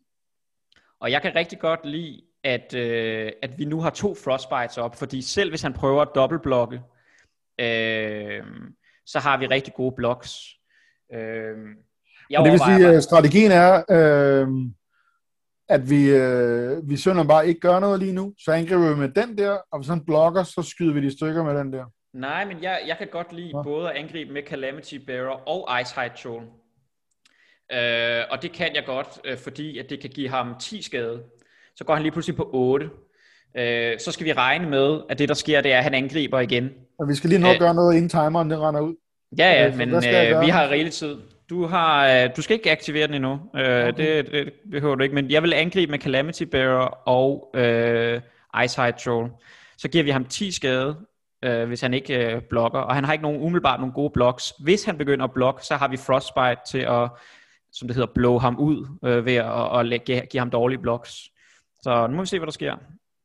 og jeg kan rigtig godt lide, At, øh, at vi nu har to Frostbites op, fordi selv hvis han prøver at dobbeltblokke, øh, så har vi rigtig gode blocks. Øh, jeg det vil sige, at strategien er, øh, at vi, øh, vi sønder bare ikke gør noget lige nu, så angriber vi med den der, og hvis han blokker, så skyder vi de stykker med den der. Nej, men jeg, jeg kan godt lide ja. både at angribe med Calamity Bearer og Eyesight Troll. Øh, og det kan jeg godt, øh, fordi at det kan give ham ti skade. så går han lige pludselig på otte. Øh, så skal vi regne med, at det der sker, det er, at han angriber igen. Og vi skal lige nok øh, gøre noget, inden timeren den render ud. Ja, ja, øh, men øh, vi har rigelig tid. Du, har, øh, du skal ikke aktivere den endnu. Øh, okay. det, det behøver du ikke, men jeg vil angribe med Calamity Bearer og øh, Eyesight Troll. Så giver vi ham ti skade, øh, hvis han ikke øh, blokker, og han har ikke nogen, umiddelbart nogle gode blocks. Hvis han begynder at blokke, så har vi Frostbite til at, som det hedder, blow ham ud øh, ved at, at, at give, give ham dårlige blocks. Så nu må vi se, hvad der sker.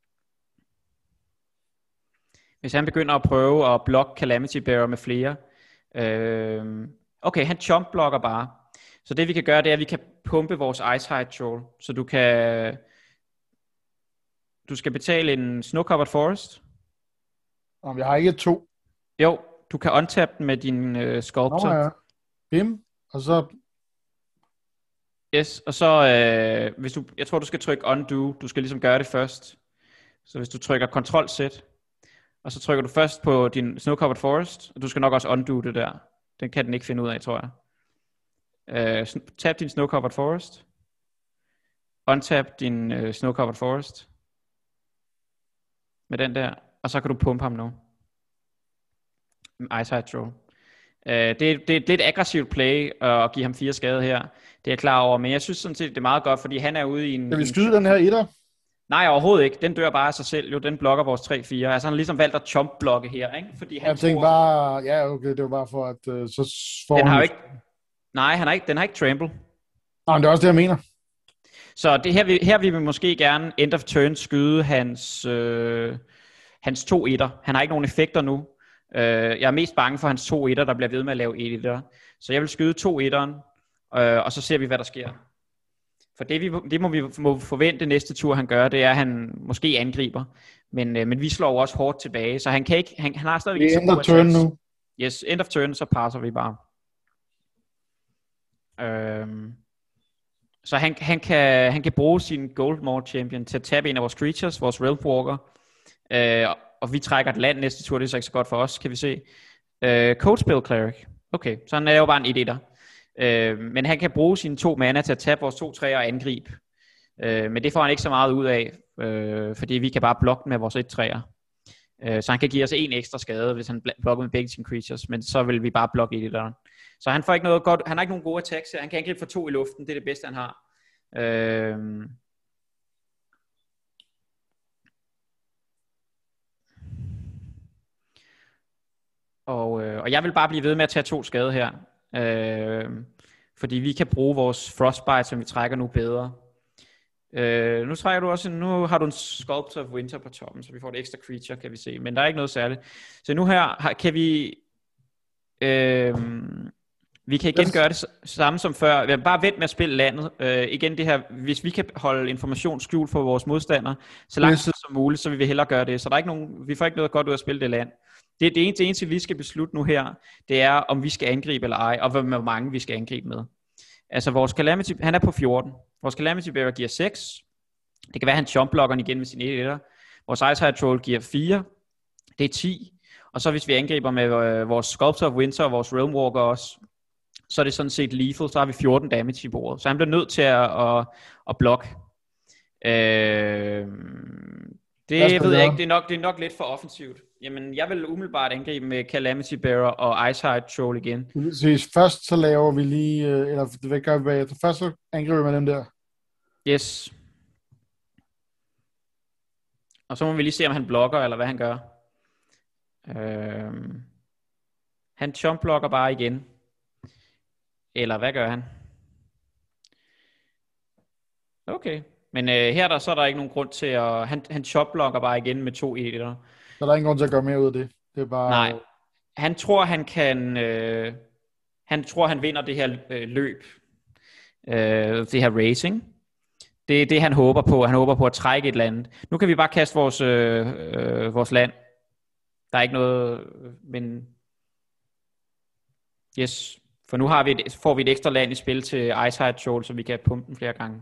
Hvis han begynder at prøve at blokke Calamity Bearer med flere, øh, okay, han chomp blokker bare. Så det vi kan gøre, det er, at vi kan pumpe vores Eyesight Troll, så du kan, du skal betale en Snow Covered Forest. Om jeg har ikke to. Jo, du kan untappe den med din øh, Sculptor. Nå ja. Bim, og så... Yes, og så, øh, hvis du, jeg tror du skal trykke Undo, du skal ligesom gøre det først. Så hvis du trykker Ctrl-Z, og så trykker du først på din Snow Covered Forest, og du skal nok også undo det der. Den kan den ikke finde ud af, tror jeg. Uh, tab din Snow Covered Forest. Untap din uh, Snow Covered Forest. Med den der. Og så kan du pumpe ham nu. Eyesight Troll. Uh, det, det er et lidt aggressivt play at give ham fire skade her. Det er jeg klar over, men jeg synes sådan set, det er meget godt, fordi han er ude i en... Skal vi skyde den her etter? Nej, overhovedet ikke. Den dør bare af sig selv. Jo, den blokker vores tre fire. Altså han har ligesom valgt at chomp-blokke her, ikke? Fordi han jeg tænkte tror... bare... Ja, okay, det var bare for, at uh, så får den har han... jo ikke... Nej, han har ikke, den har ikke trample. Nej, men det er også det, jeg mener. Så det her, vil, her vil vi måske gerne end of turn skyde hans, øh, hans to etter. Han har ikke nogen effekter nu. Øh, jeg er mest bange for hans to etter, der bliver ved med at lave et etter. Så jeg vil skyde to etteren, øh, og så ser vi, hvad der sker. For det, vi, det må vi må forvente næste tur, han gør, det er, at han måske angriber. Men, øh, men vi slår også hårdt tilbage, så han kan ikke... Han, han har stadigvæk ikke så end of turn nu. Yes, end of turn, så passer vi bare. Øhm, så han, han, kan, han kan bruge sin Goldmore Champion til at tabe en af vores creatures, vores Realm-walker. Øh, og vi trækker et land næste tur, det er så ikke så godt for os, kan vi se. Øh, Cold Spell Cleric. Okay, så han er jo bare en et-etter. Øh, men han kan bruge sine to mana til at tabe vores to træer og angribe. Øh, men det får han ikke så meget ud af, øh, fordi vi kan bare blokke med vores et træer. Øh, så han kan give os en ekstra skade, hvis han blokker med begge sine creatures, men så vil vi bare blokke et-etteren. Så han får ikke noget godt, han har ikke nogen gode attacks her. Han kan angribe for to i luften, det er det bedste han har. Øh, Og, øh, og jeg vil bare blive ved med at tage to skade her. Øh, fordi vi kan bruge vores Frostbite, som vi trækker nu bedre. Øh, nu trækker du også en, nu har du en Sculptor of Winter på toppen, så vi får et ekstra creature, kan vi se. Men der er ikke noget særligt. Så nu her kan vi... Øh, vi kan igen gøre det samme som før. Bare vent med at spille landet. Øh, igen det her, hvis vi kan holde information skjult for vores modstandere, så lang tid som muligt, så vil vi hellere gøre det. Så der er ikke nogen, vi får ikke noget godt ud af at spille det land. Det, det, eneste, det eneste, vi skal beslutte nu her, det er, om vi skal angribe eller ej, og hvor mange vi skal angribe med. Altså vores Calamity, han er på fjorten. Vores Calamity Bearer giver seks. Det kan være, at han chompblokker igen med sin et-etter. Vores Eyesight Troll giver fire. Det er ti. Og så hvis vi angriber med øh, vores Sculptor of Winter og vores Realmwalker også, så er det sådan set lethal, så har vi fjorten damage i bordet. Så han bliver nødt til at, at, at blokke. Øh, det ved jeg ikke, det er, nok, det er nok lidt for offensivt. Jamen, jeg vil umiddelbart angribe med Calamity Bearer og Eyesight Troll igen. Så først så laver vi lige, eller hvad gør vi bagefter? Først så angriber vi med dem der. Yes. Og så må vi lige se, om han blokker, eller hvad han gør. Øh, han chomp-blokker bare igen. Eller hvad gør han? Okay. Men øh, her der, så er der ikke nogen grund til at... Han, han chop-blokker bare igen med to etter. Så der er ingen grund til at gøre mere ud af det. Det er bare... Nej. Han tror, han kan... Øh, han tror, han vinder det her øh, løb. Øh, det her racing. Det er det, han håber på. Han håber på at trække et eller andet. Nu kan vi bare kaste vores, øh, øh, vores land. Der er ikke noget... Men... Yes. For nu har vi et, får vi et ekstra land i spil til Eyesight Troll, så vi kan pumpe den flere gange.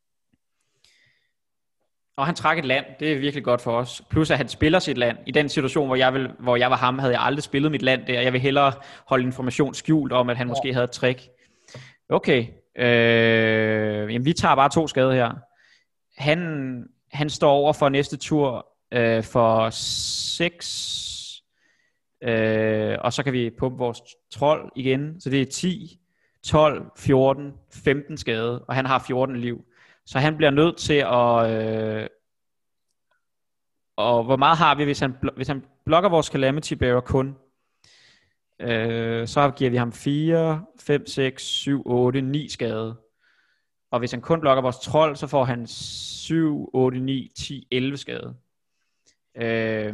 Og han trækker et land, det er virkelig godt for os. Plus at han spiller sit land. I den situation, hvor jeg, vil, hvor jeg var ham, havde jeg aldrig spillet mit land der. Jeg vil hellere holde information skjult om, at han ja. måske havde et trick. Okay. Øh, jamen vi tager bare to skade her. han, han står over for næste tur øh, for seks, øh, og så kan vi pumpe vores trold igen, så det er ti, tolv, fjorten, femten skade, og han har fjorten liv. Så han bliver nødt til at... Øh, og hvor meget har vi, hvis han, hvis han blokker vores Calamity Bearer kun? Øh, så giver vi ham fire, fem, seks, syv, otte, ni skade. Og hvis han kun blokker vores trold, så får han syv, otte, ni, ti, elleve skade. Øh,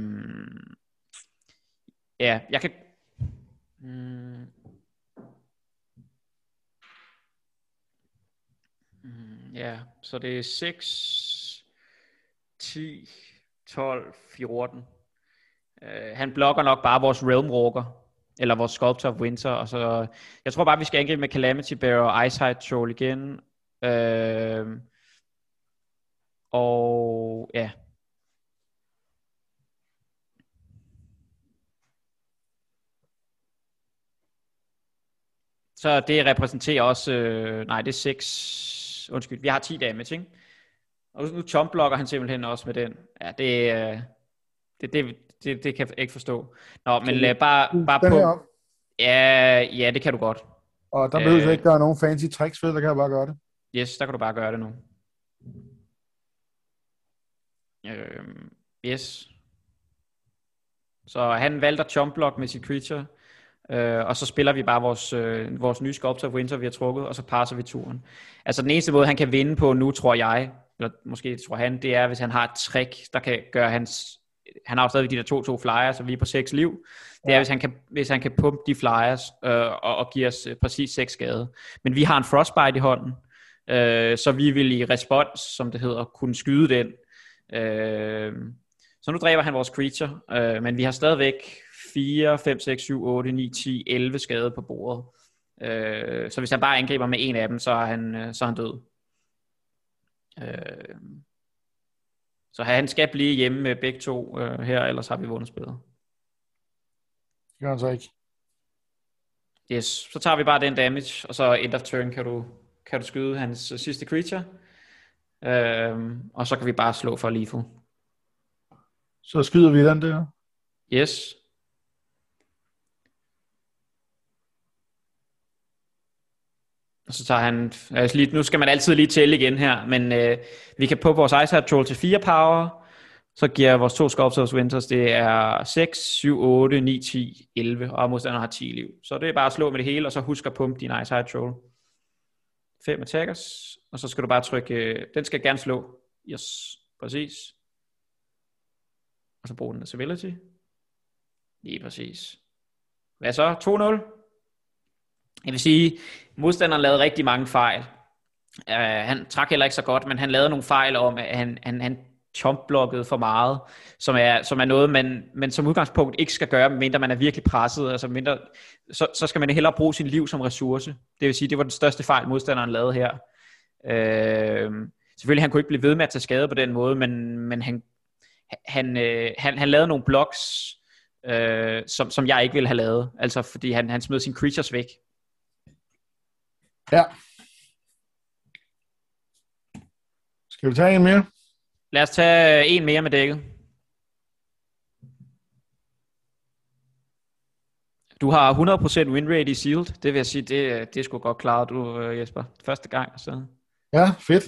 ja, jeg kan... Mm, mm, ja, så det er seks, ti, tolv, fjorten. Øh, han blokker nok bare vores Realm Walker, eller vores Sculptor of Winter, og så, jeg tror bare, vi skal angribe med Calamity Bearer og Icehide Troll igen. Øh, og ja. Så det repræsenterer også, øh, nej det er seks, undskyld, vi har ti damage, ikke? Og nu chompblokker han simpelthen også med den. Ja, det, øh, det, det, det, det kan jeg ikke forstå. Nå, men lad bare, bare på... Ja, ja, det kan du godt. Og der behøver øh, ikke gøre nogen fancy tricks ved, der kan jeg bare gøre det. Yes, der kan du bare gøre det nu. Øh, yes. Så han valgte at chompblock med sit creature, øh, og så spiller vi bare vores, øh, vores nye Sculptor of Winter, vi har trukket, og så passer vi turen. Altså den eneste måde, han kan vinde på nu, tror jeg, eller måske tror han, det er, hvis han har et trick, der kan gøre hans... Han har jo stadig de der to to flyers, så vi er på seks liv. Det er, ja. hvis, han kan, hvis han kan pumpe de flyers øh, og, og give os øh, præcis seks skade. Men vi har en Frostbite i hånden, øh, så vi vil i respons, som det hedder, kunne skyde den. Øh, så nu dræber han vores creature, øh, men vi har stadigvæk fire, fem, seks, syv, otte, ni, ti, elleve skade på bordet. Øh, så hvis han bare angriber med en af dem, så er han, øh, så er han død. Øh, så han skal blive hjemme med begge to øh, her, ellers har vi vundet spillet. Det gør han så ikke. Yes, så tager vi bare den damage, og så end of turn kan du, kan du skyde hans uh, sidste creature. Øh, og så kan vi bare slå for Lifo. Så skyder vi den der? Yes. Og så tager han, altså lige, nu skal man altid lige tælle igen her, men øh, vi kan på vores Icehide Troll til fire power, så giver vores to Sculptors Winters, det er seks, syv, otte, ni, ti, elleve, og modstanderen har ti liv. Så det er bare at slå med det hele, og så husk at pumpe din Icehide Troll. fem attackers, og så skal du bare trykke, øh, den skal gerne slå. Yes, præcis. Og så bruge den af Civility. Lige præcis. Hvad så? to nul? Jeg vil sige, modstanderen lavede rigtig mange fejl. Uh, han trak heller ikke så godt, men han lavede nogle fejl om, at han, han, han chompblokkede for meget, som er, som er noget, man, man som udgangspunkt ikke skal gøre, medmindre man er virkelig presset. Altså mindre, så, så skal man hellere bruge sin liv som ressource. Det vil sige, det var den største fejl, modstanderen lavede her. Uh, selvfølgelig, han kunne ikke blive ved med at tage skade på den måde, men, men han, han, uh, han, han lavede nogle blocks, uh, som, som jeg ikke ville have lavet. Altså fordi han, han smed sine creatures væk. Ja. Skal vi tage en mere? Lad os tage en mere med dækket. Du har hundrede procent win rate i sealed. Det vil jeg sige, det, det er sgu godt klaret, du Jesper. Første gang. Så. Ja, fedt.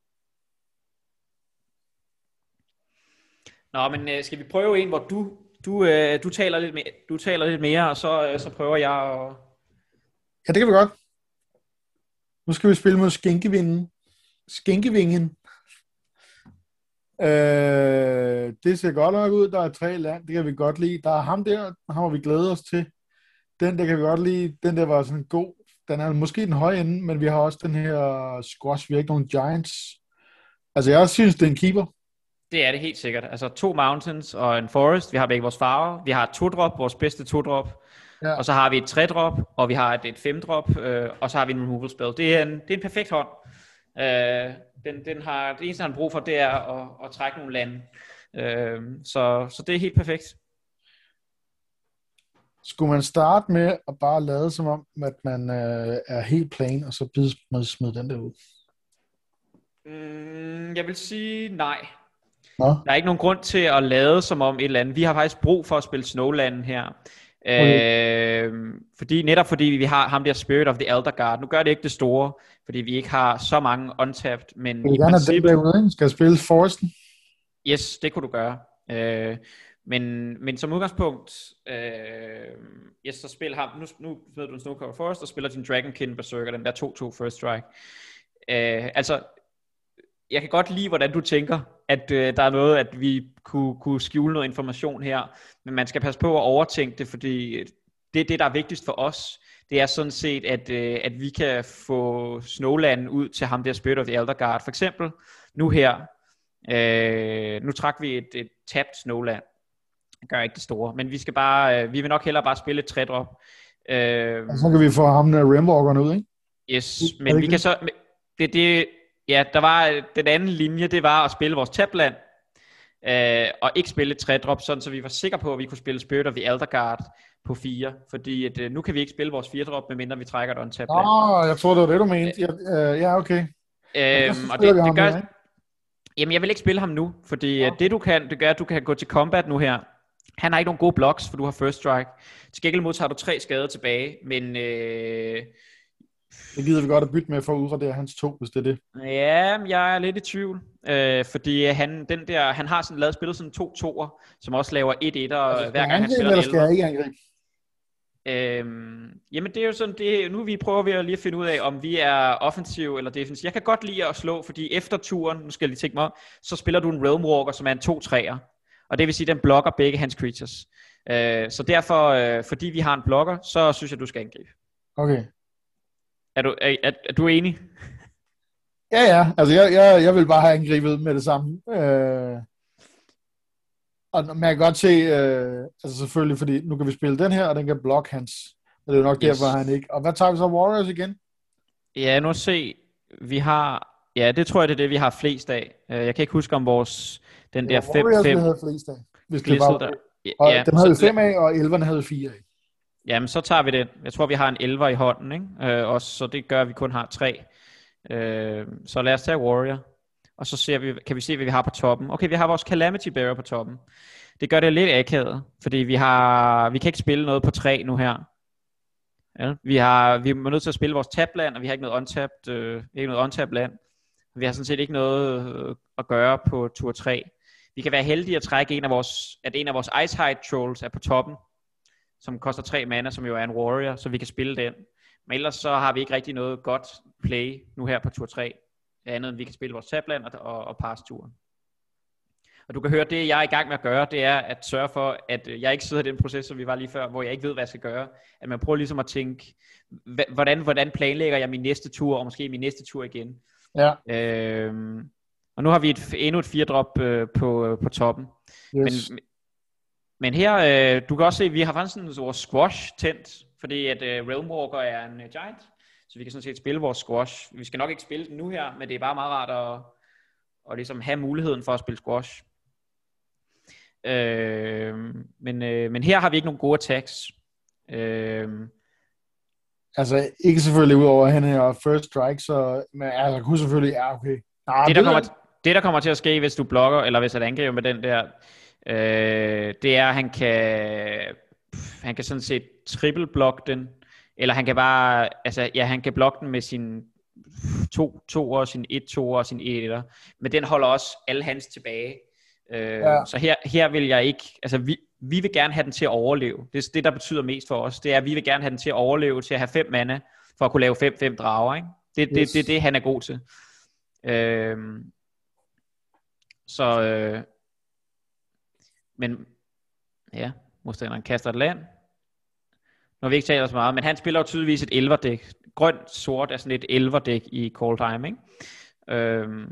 Nå, men skal vi prøve en, hvor du, du, du, taler, lidt mere, du taler lidt mere, og så, så prøver jeg at... Ja, det kan vi godt. Nu skal vi spille mod Skænkevingen. Skænkevingen. Øh, det ser godt nok ud. Der er tre land, det kan vi godt lide. Der er ham der, ham har vi glædet os til. Den der kan vi godt lide. Den der var sådan god. Den er måske den høje ende, men vi har også den her squash. Vi har ikke nogen giants. Altså jeg synes, det er en keeper. Det er det helt sikkert. Altså to mountains og en forest. Vi har begge vores farver. Vi har to drop, vores bedste to drop. Ja. Og så har vi et tre drop, og vi har et, et fem drop, øh, og så har vi en removal spell. Det er en, det er en perfekt hånd. Øh, den, den har, det eneste, han har brug for, det er at, at trække nogle lande. Øh, så, så det er helt perfekt. Skulle man starte med at bare lade som om, at man øh, er helt plain, og så smide den der ud? Mm, jeg vil sige nej. Nå, Der er ikke nogen grund til at lade som om et eller andet. Vi har faktisk brug for at spille Snowland her. okay. Øh, fordi, netop fordi vi har ham der Spirit of the Elder Guard. Nu gør det ikke det store, fordi vi ikke har så mange untapped, men Jeg vil i gerne have den princippet, derude, ikke? Skal jeg spille Forresten? yes, det kunne du gøre. Øh, men, men som udgangspunkt, øh, yes, så spil ham. Nu, nu smider du en Snowcover Forest og spiller din Dragonkin Berserker, den der to to first strike. Øh, altså, jeg kan godt lide, hvordan du tænker, at øh, der er noget, at vi kunne, kunne skjule noget information her, men man skal passe på at overtænke det, fordi det, det der er vigtigst for os, det er sådan set, at, øh, at vi kan få Snowland ud til ham der Spirit of the Elder Guard. For eksempel, nu her, øh, nu trak vi et, et tabt Snowland. Det gør ikke det store, men vi skal bare, øh, vi vil nok hellere bare spille et tre-drop. Øh, Og så kan vi få ham der Rimwalkeren ud, ikke? yes, Er men det vi ikke kan så, det, det, ja, der var øh, den anden linje, det var at spille vores tabland, øh, og ikke spille et tre-drop, sådan så vi var sikre på, at vi kunne spille Spirit of the Elder Guard på fire, fordi at, øh, nu kan vi ikke spille vores fire-drop, medmindre vi trækker et on-tap land. Åh, jeg tror det var det, du mente. Ja, øh, ja okay. Øhm, og det, det, det det gør, med, jamen jeg vil ikke spille ham nu, fordi ja. øh, det du kan, det gør, at du kan gå til combat nu her. Han har ikke nogen gode blocks, for du har first strike. Til gengæld modtager du tre skade tilbage, men øh, det gider vi godt at bytte med for at udradere hans to, hvis det er det. ja, jeg er lidt i tvivl, øh, fordi han, den der, han har sådan lavet spillet sådan to toer, som også laver et et, og Altså, hver gang han angribe, spiller eller en skal jeg ikke angribe? Øhm, jamen det er jo sådan det, nu vi prøver vi at lige at finde ud af om vi er offensiv eller defensiv. Jeg kan godt lide at slå, fordi efter turen, nu skal jeg lige tænke mig om, så spiller du en Realm Walker, som er en to treer, og det vil sige den blokker begge hans creatures. øh, Så derfor, øh, fordi vi har en blokker, så synes jeg du skal angribe. Okay. Er du, er, er, er du enig? Ja, ja. Altså, jeg, jeg, jeg vil bare have angrebet med det samme. Øh, og man kan godt se, øh, altså selvfølgelig, fordi nu kan vi spille den her, og den kan blokke hans. Og det er jo nok Yes. derfor, han ikke. Og hvad tager vi så? Warriors igen? Ja, nu se, vi har, ja det tror jeg det er det vi har flest af. Øh, Jeg kan ikke huske om vores, den der Det var Warriors, vi fem fem havde flest af. Hvis det glidsede var, der. og Ja, dem havde vi så- fem af, og elverne havde fire af. Jamen, så tager vi det. Jeg tror, vi har en elver i hånden, ikke? Øh, også, så det gør, at vi kun har tre. Øh, så lad os tage Warrior. Og så ser vi, kan vi se, hvad vi har på toppen. Okay, vi har vores Calamity Bearer på toppen. Det gør det lidt akavet, fordi vi har, vi kan ikke spille noget på tre nu her. Ja, vi, har, vi er nødt til at spille vores tabland, og vi har ikke noget untapped, øh, ikke noget untapped land. Vi har sådan set ikke noget øh, at gøre på tur tre. Vi kan være heldige at trække en af vores, at en af vores Icehide Trolls er på toppen, som koster tre mana, som jo er en warrior, så vi kan spille den. Men ellers så har vi ikke rigtig noget godt play nu her på tur tre, andet end vi kan spille vores tabland og, og, og passe turen. Og du kan høre, det jeg er i gang med at gøre, det er at sørge for, at jeg ikke sidder i den proces, som vi var lige før, hvor jeg ikke ved, hvad jeg skal gøre. At man prøver ligesom at tænke, hvordan, hvordan planlægger jeg min næste tur, og måske min næste tur igen. Ja. Øhm, og nu har vi et, endnu et fire-drop øh, på, på toppen. Yes. Men, men her, øh, du kan også se, at vi har faktisk sådan vores squash tændt, fordi at øh, Realm Walker er en uh, giant, så vi kan sådan set spille vores squash. Vi skal nok ikke spille den nu her, men det er bare meget rart at, at ligesom have muligheden for at spille squash. Øh, men, øh, men her har vi ikke nogen gode attacks. Øh, Altså, ikke selvfølgelig ud over, at han er first strike, så men, altså, kunne selvfølgelig, ja, okay. Nej, det, der kommer, er- det der kommer til at ske, hvis du blokker, eller hvis han angriber med den der, øh, det er, at han kan, han kan sådan set triple block den, eller han kan bare, altså, ja, han kan blokke den med sin to toer, sin et toer og sin et etter, men den holder også alle hans tilbage. Øh, Ja. Så her, her vil jeg ikke, altså vi, vi vil gerne have den til at overleve. Det er det, der betyder mest for os. Det er, at vi vil gerne have den til at overleve, til at have fem mana, for at kunne lave fem fem drager. Ikke? Det er Yes. det, det, det, han er god til. Øh, så, øh, men, ja, modstanderen kaster et land. Nu har vi ikke talt så meget, men han spiller jo tydeligvis et elverdæk. Grønt, sort er sådan et elverdæk i Cold Time, ikke? Øh,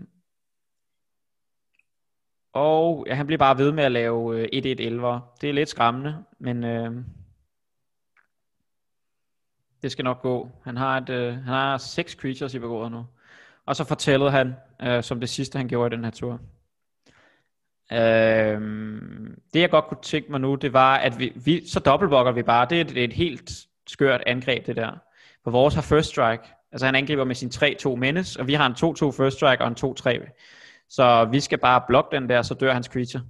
Og ja, han bliver bare ved med at lave øh, et et elver. Det er lidt skræmmende, men øh, det skal nok gå. Han har, et, øh, han har seks creatures i begået nu. Og så fortællede han, øh, som det sidste han gjorde i den her tur. Øh, det jeg godt kunne tænke mig nu, det var, at vi, vi så dobbeltblokker vi bare. Det er et, et helt skørt angreb, det der. For vores har first strike. Altså han angriber med sin tre to menace, og vi har en to to first strike og en to tre. Så vi skal bare blokke den der, så dør hans creature.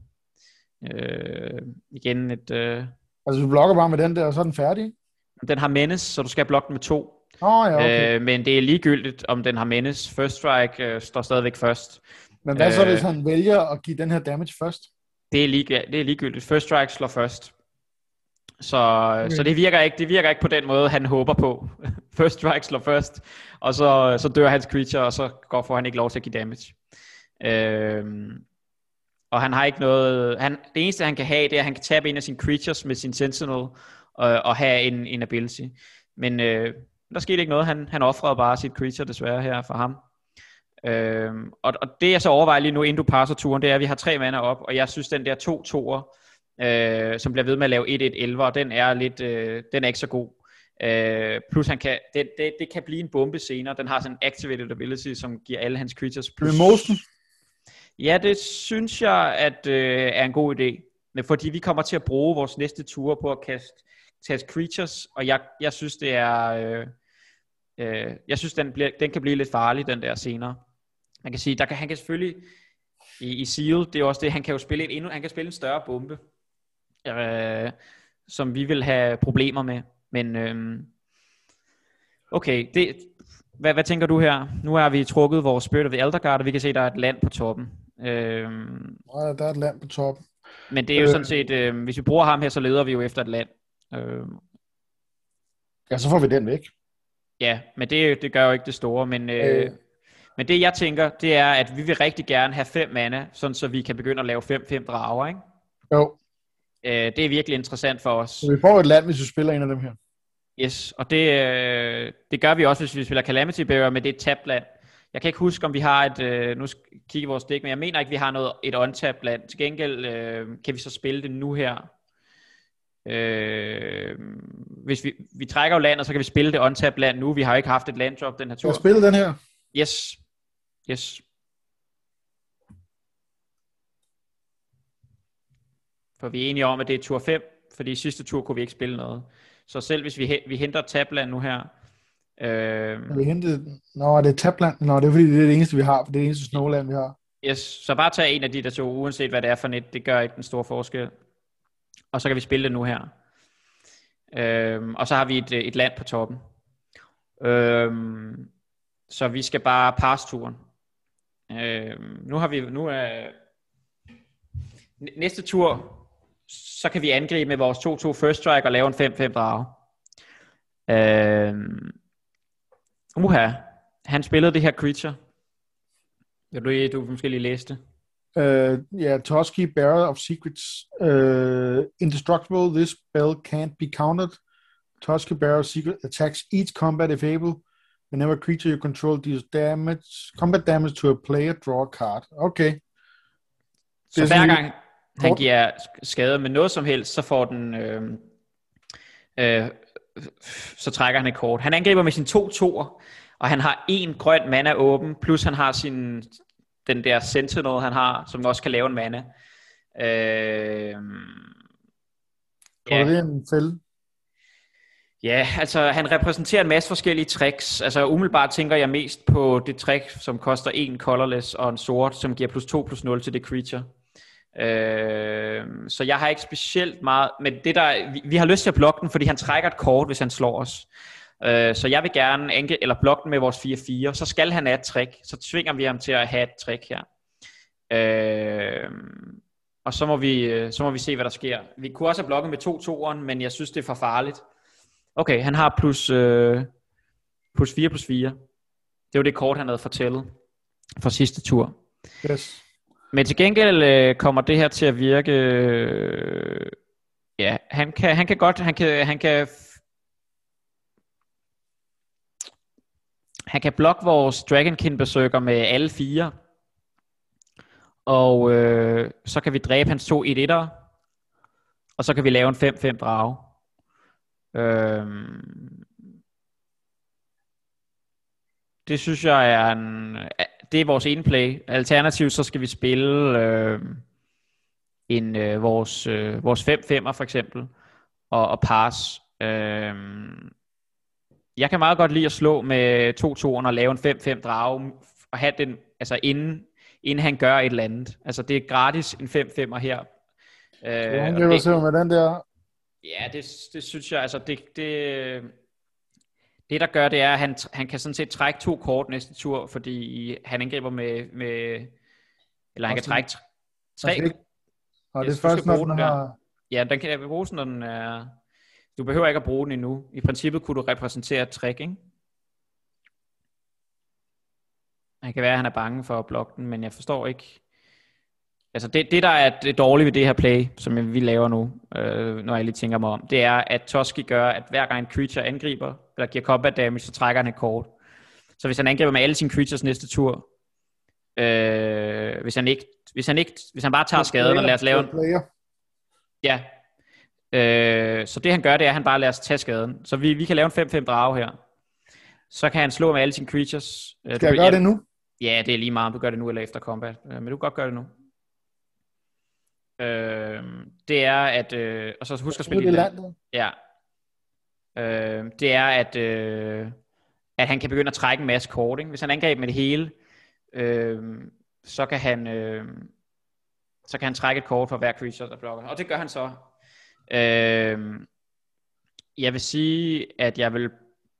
Øh, igen et... Øh... Altså du blokker bare med den der, og så er den færdig? Den har menace, så du skal blokke den med to. Oh, ja, okay. øh, men det er ligegyldigt, om den har menace. First strike øh, står stadigvæk først. Men hvad øh, så, hvis han vælger at give den her damage først? Det er, lig, det er ligegyldigt. First strike slår først. Så, okay. så det virker ikke, det virker ikke på den måde, han håber på. First strike slår først, og så, så dør hans creature, og så går for han ikke lov til at give damage. Øhm, og han har ikke noget... Han, det eneste, han kan have, det er, at han kan tabe en af sine creatures med sin Sentinel, og, og have en, en ability. Men øh, der skete ikke noget. Han, han offrede bare sit creature, desværre, her for ham. Øhm, og, og det jeg så overvejer lige nu, inden du passer turen, det er, at vi har tre mana op, og jeg synes, den der to toer, øh, som bliver ved med at lave et et elleve, den er lidt, øh, den er ikke så god. Øh, plus han kan, det, det, det kan blive en bombe senere. Den har sådan en activated ability, som giver alle hans creatures plus... Motion? Ja, det synes jeg, at øh, er en god idé. Fordi vi kommer til at bruge vores næste ture på at kaste, kaste creatures, og jeg, jeg synes, det er... Øh, øh, jeg synes, den, bliver, den kan blive lidt farlig, den der senere. Man kan sige, der kan, han kan selvfølgelig i, i Seal, det er også det, han kan jo spille en, endnu, han kan spille en større bombe, øh, som vi vil have problemer med. Men øh, okay, det, hvad, hvad tænker du her? Nu har vi trukket vores Spirit of the Elder Guard, og vi kan se, at der er et land på toppen. Øh, ja, der er et land på toppen. Men det er jo øh, sådan set, øh, hvis vi bruger ham her, så leder vi jo efter et land. Øh, ja, så får vi den væk. Ja, men det, det gør jo ikke det store, men... Øh, øh. Men det jeg tænker, det er, at vi vil rigtig gerne have fem mana, sådan så vi kan begynde at lave fem fem drager, ikke? Jo. Øh, det er virkelig interessant for os. Så vi får et land, hvis vi spiller en af dem her. Yes, og det, øh, det gør vi også, hvis vi spiller Calamity Bearer med det tabt land. Jeg kan ikke huske, om vi har et, øh, nu kigger vores dæk, men jeg mener ikke, vi har noget, et untapped land. Til gengæld øh, kan vi så spille det nu her. Øh, hvis vi, vi trækker jo land, og så kan vi spille det untapped land nu. Vi har jo ikke haft et landdrop den her tur. Jeg spiller den her. Yes. Yes. For vi er enige om, at det er tur fem, fordi i sidste tur kunne vi ikke spille noget. Så selv hvis vi, vi henter tabland nu her. Øh... Vi henter... Nå, er det tabland? Nå, det er fordi, det er det eneste, vi har. For det er det eneste snowland, vi har. Yes, så bare tag en af de der to, uanset hvad det er for net. Det gør ikke den store forskel. Og så kan vi spille det nu her. Øh... Og så har vi et, et land på toppen. Øh... Så vi skal bare passe turen. Øh, nu har vi nu er næste tur, så kan vi angribe med vores to to first strike og lave en fem fem drage. Øh, uha, han spillede det her creature. Vil du, du måske lige læse det? Uh, yeah, Toski, Bearer of Secrets. Uh, indestructible, this spell can't be countered. Toski, Bearer of Secrets attacks each combat if able. Whenever a creature you control deals damage, combat damage to a player, draw a card. Okay. Så hver gang han giver skade med noget som helst, så får den, øh, øh, så trækker han et kort. Han angriber med sin to toer, og han har en grøn mana åben, plus han har sin, den der Sentinel, han har, som også kan lave en mana. Øh, Tror ja. Det er en fælde? Ja, altså han repræsenterer en masse forskellige tricks. Altså umiddelbart tænker jeg mest på det trick, som koster en colorless og en sort, som giver plus to plus nul til det creature. Øh, så jeg har ikke specielt meget, men det der, vi, vi har lyst til at blokke den, fordi han trækker et kort, hvis han slår os. Øh, så jeg vil gerne anke, eller blokke den med vores fire fire, så skal han have et trick, så tvinger vi ham til at have et trick her. Øh, og så må, vi, så må vi se, hvad der sker. Vi kunne også have blokket med to toeren, men jeg synes, det er for farligt. Okay, han har plus, øh, plus fire plus fire. Det var det kort, han havde fortællet for sidste tur. Yes. Men til gengæld øh, kommer det her til at virke... Øh, ja, han kan, han kan godt... Han kan, han kan, han kan blokke vores Dragonkin Berserker med alle fire. Og øh, så kan vi dræbe hans to et etter. Og så kan vi lave en fem fem drage. Øhm, det synes jeg er en, det er vores ene play. Alternativt så skal vi spille øh, en øh, vores øh, vores fem femmer for eksempel og, og pass. Øhm, Jeg kan meget godt lide at slå med to to'eren og lave en fem fem drage, og have den, altså inden, inden han gør et eller andet. Altså det er gratis en fem femmer her. Så Øh, hun og giver det, sig med den der. ja, det, det synes jeg, altså det, det, det der gør, det er, at han, han kan sådan set trække to kort næste tur, fordi han angriber med, med eller han kan trække tre. Ikke, og det Yes, er først, når den, den har... Der. Ja, den kan jeg bruge, når den er... Du behøver ikke at bruge den endnu. I princippet kunne du repræsentere et trick, ikke? Han kan være, at han er bange for at blokke den, men jeg forstår ikke... Altså det, det der er det dårlige ved det her play, som vi laver nu, øh, når jeg lige tænker mig om, det er, at Toski gør, at hver gang en creature angriber, eller giver combat damage, så trækker han et kort. Så hvis han angriber med alle sine creatures næste tur, øh, hvis han ikke, hvis han ikke, hvis han bare tager skaden og lader os lave en... Ja. Øh, så det han gør, det er, at han bare lader os tage skaden. Så vi, vi kan lave en fem fem drage her. Så kan han slå med alle sine creatures. Skal jeg gøre det nu? Ja, det er lige meget, om du gør det nu eller efter combat. Men du kan godt gøre det nu. Øh, det er at øh, og så husk at spille det landet. Ja. Øh, det er at øh, at han kan begynde at trække en masse kort, ikke? Hvis han angriber med det hele, øh, så kan han øh, så kan han trække et kort for hver creature der blokker. Og det gør han så. Øh, jeg vil sige at jeg vil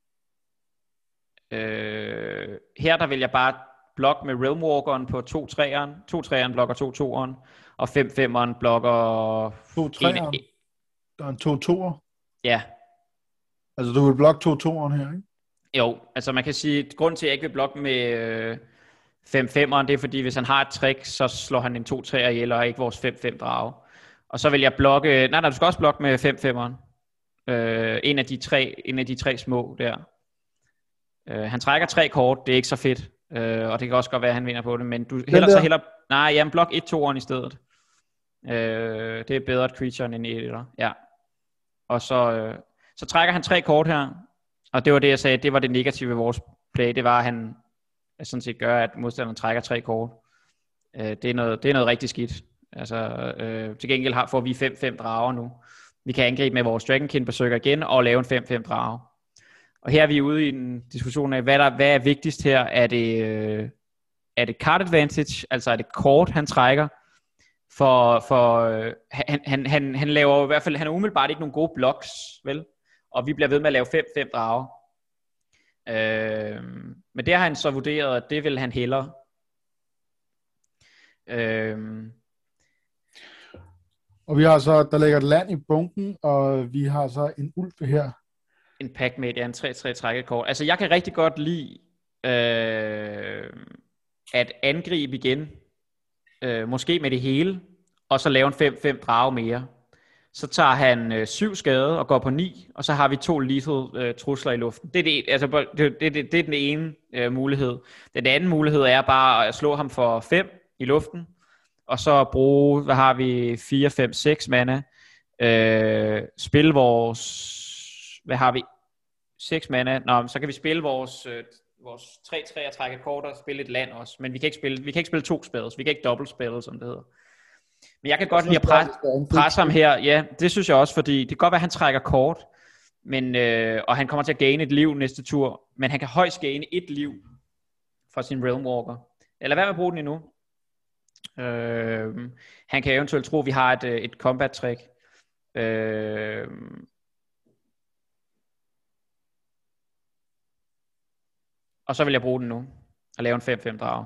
øh, her der vil jeg bare blokke med Realmwalkeren på to treeren. to treeren blokker to toeren. Og fem femeren blokker... to treeren? Der er en to toer? Ja. Altså du vil blokke to toeren her, ikke? Jo, altså man kan sige, at grunden til at jeg ikke vil blokke med øh, fem femeren, det er fordi, hvis han har et trick, så slår han en to treer ihjel, og ikke vores fem fem drage. Og så vil jeg blokke... Nej, nej, du skal også blokke med fem femeren. Øh, en, af de tre, en af de tre små der. Øh, han trækker tre kort, det er ikke så fedt. Øh, og det kan også godt være, at han vinder på det, men du heller så heller... Nej, jamen blok et toeren i stedet. Øh, det er bedre et creature end en etter. Ja. Og så, øh, så trækker han tre kort her. Og det var det, jeg sagde, det var det negative ved vores play. Det var, at han sådan set gør, at modstanderen trækker tre kort. Øh, det, er noget, det er noget rigtig skidt. Altså, øh, til gengæld har, får vi fem fem drager nu. Vi kan angribe med vores Dragonkin Berserker igen og lave en fem fem drage. Og her er vi ude i en diskussion af, hvad, der, hvad er vigtigst her? Er det, øh, er det card advantage, altså er det kort, han trækker? For, for øh, han, han, han, han laver i hvert fald, han er umiddelbart ikke nogen gode blocks, vel? Og vi bliver ved med at lave fem fem drager. Øh, men det har han så vurderet, at det vil han hellere. Øh, og vi har så, der ligger et land i bunken, og vi har så en ulv her. En packmate, ja, en tre tre trækkekort. Altså jeg kan rigtig godt lide øh, at angribe igen, øh, måske med det hele, og så lave en fem fem drage mere. Så tager han øh, syv skade og går på ni, og så har vi to lethal øh, trusler i luften. Det er, det, altså, det, det, det, det er den ene øh, mulighed. Den anden mulighed er bare at slå ham for fem i luften, og så bruge, hvad har vi, fire, fem, seks mana, øh, spille vores, hvad har vi, seks mana, nå, så kan vi spille vores, øh, vores tre tre og trække et kort og spille et land også, men vi kan ikke spille, vi kan ikke spille to spells, vi kan ikke dobbelt spille, som det hedder. Men jeg kan godt lide at presse, presse ham her, ja, det synes jeg også, fordi det kan godt være, at han trækker kort, men, øh, og han kommer til at gaine et liv næste tur, men han kan højst gaine et liv fra sin Realmwalker. Eller hvad med at bruge den endnu? Øh, han kan eventuelt tro, at vi har et, et combat trick. Øh, og så vil jeg bruge den nu og lave en fem fem drage.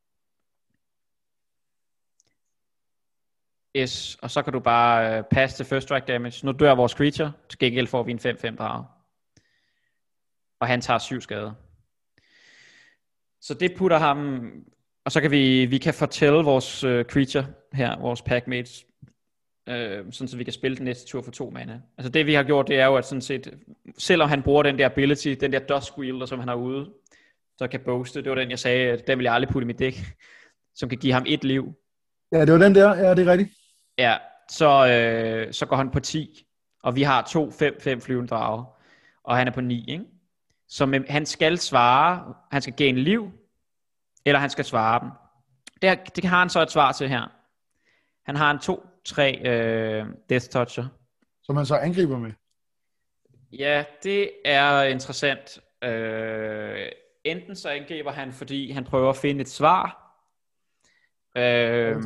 Yes, og så kan du bare øh, passe til first strike damage. Nu dør vores creature, til gengæld får vi en fem fem drage. Og han tager syv skade. Så det putter ham, og så kan vi, vi kan fortælle vores øh, creature her, vores packmates, øh, sådan så vi kan spille den næste tur for to mana. Altså det vi har gjort, det er jo at sådan set, selvom han bruger den der ability, den der Dusk Wielder, som han har ude, så kan boaste, det var den jeg sagde, at den vil jeg aldrig putte i mit dæk, som kan give ham et liv. Ja, det var den der, ja, det er rigtigt. Ja, så, øh, så går han på ti, og vi har to fem fem flyvende drager, og han er på ni, ikke? Så med, han skal svare, han skal gain liv, eller han skal svare dem. Det, det har han så et svar til her. Han har en to tre øh, Death Toucher. Som han så angriber med? Ja, det er interessant. Øh, enten så angriber han, fordi han prøver at finde et svar, øh,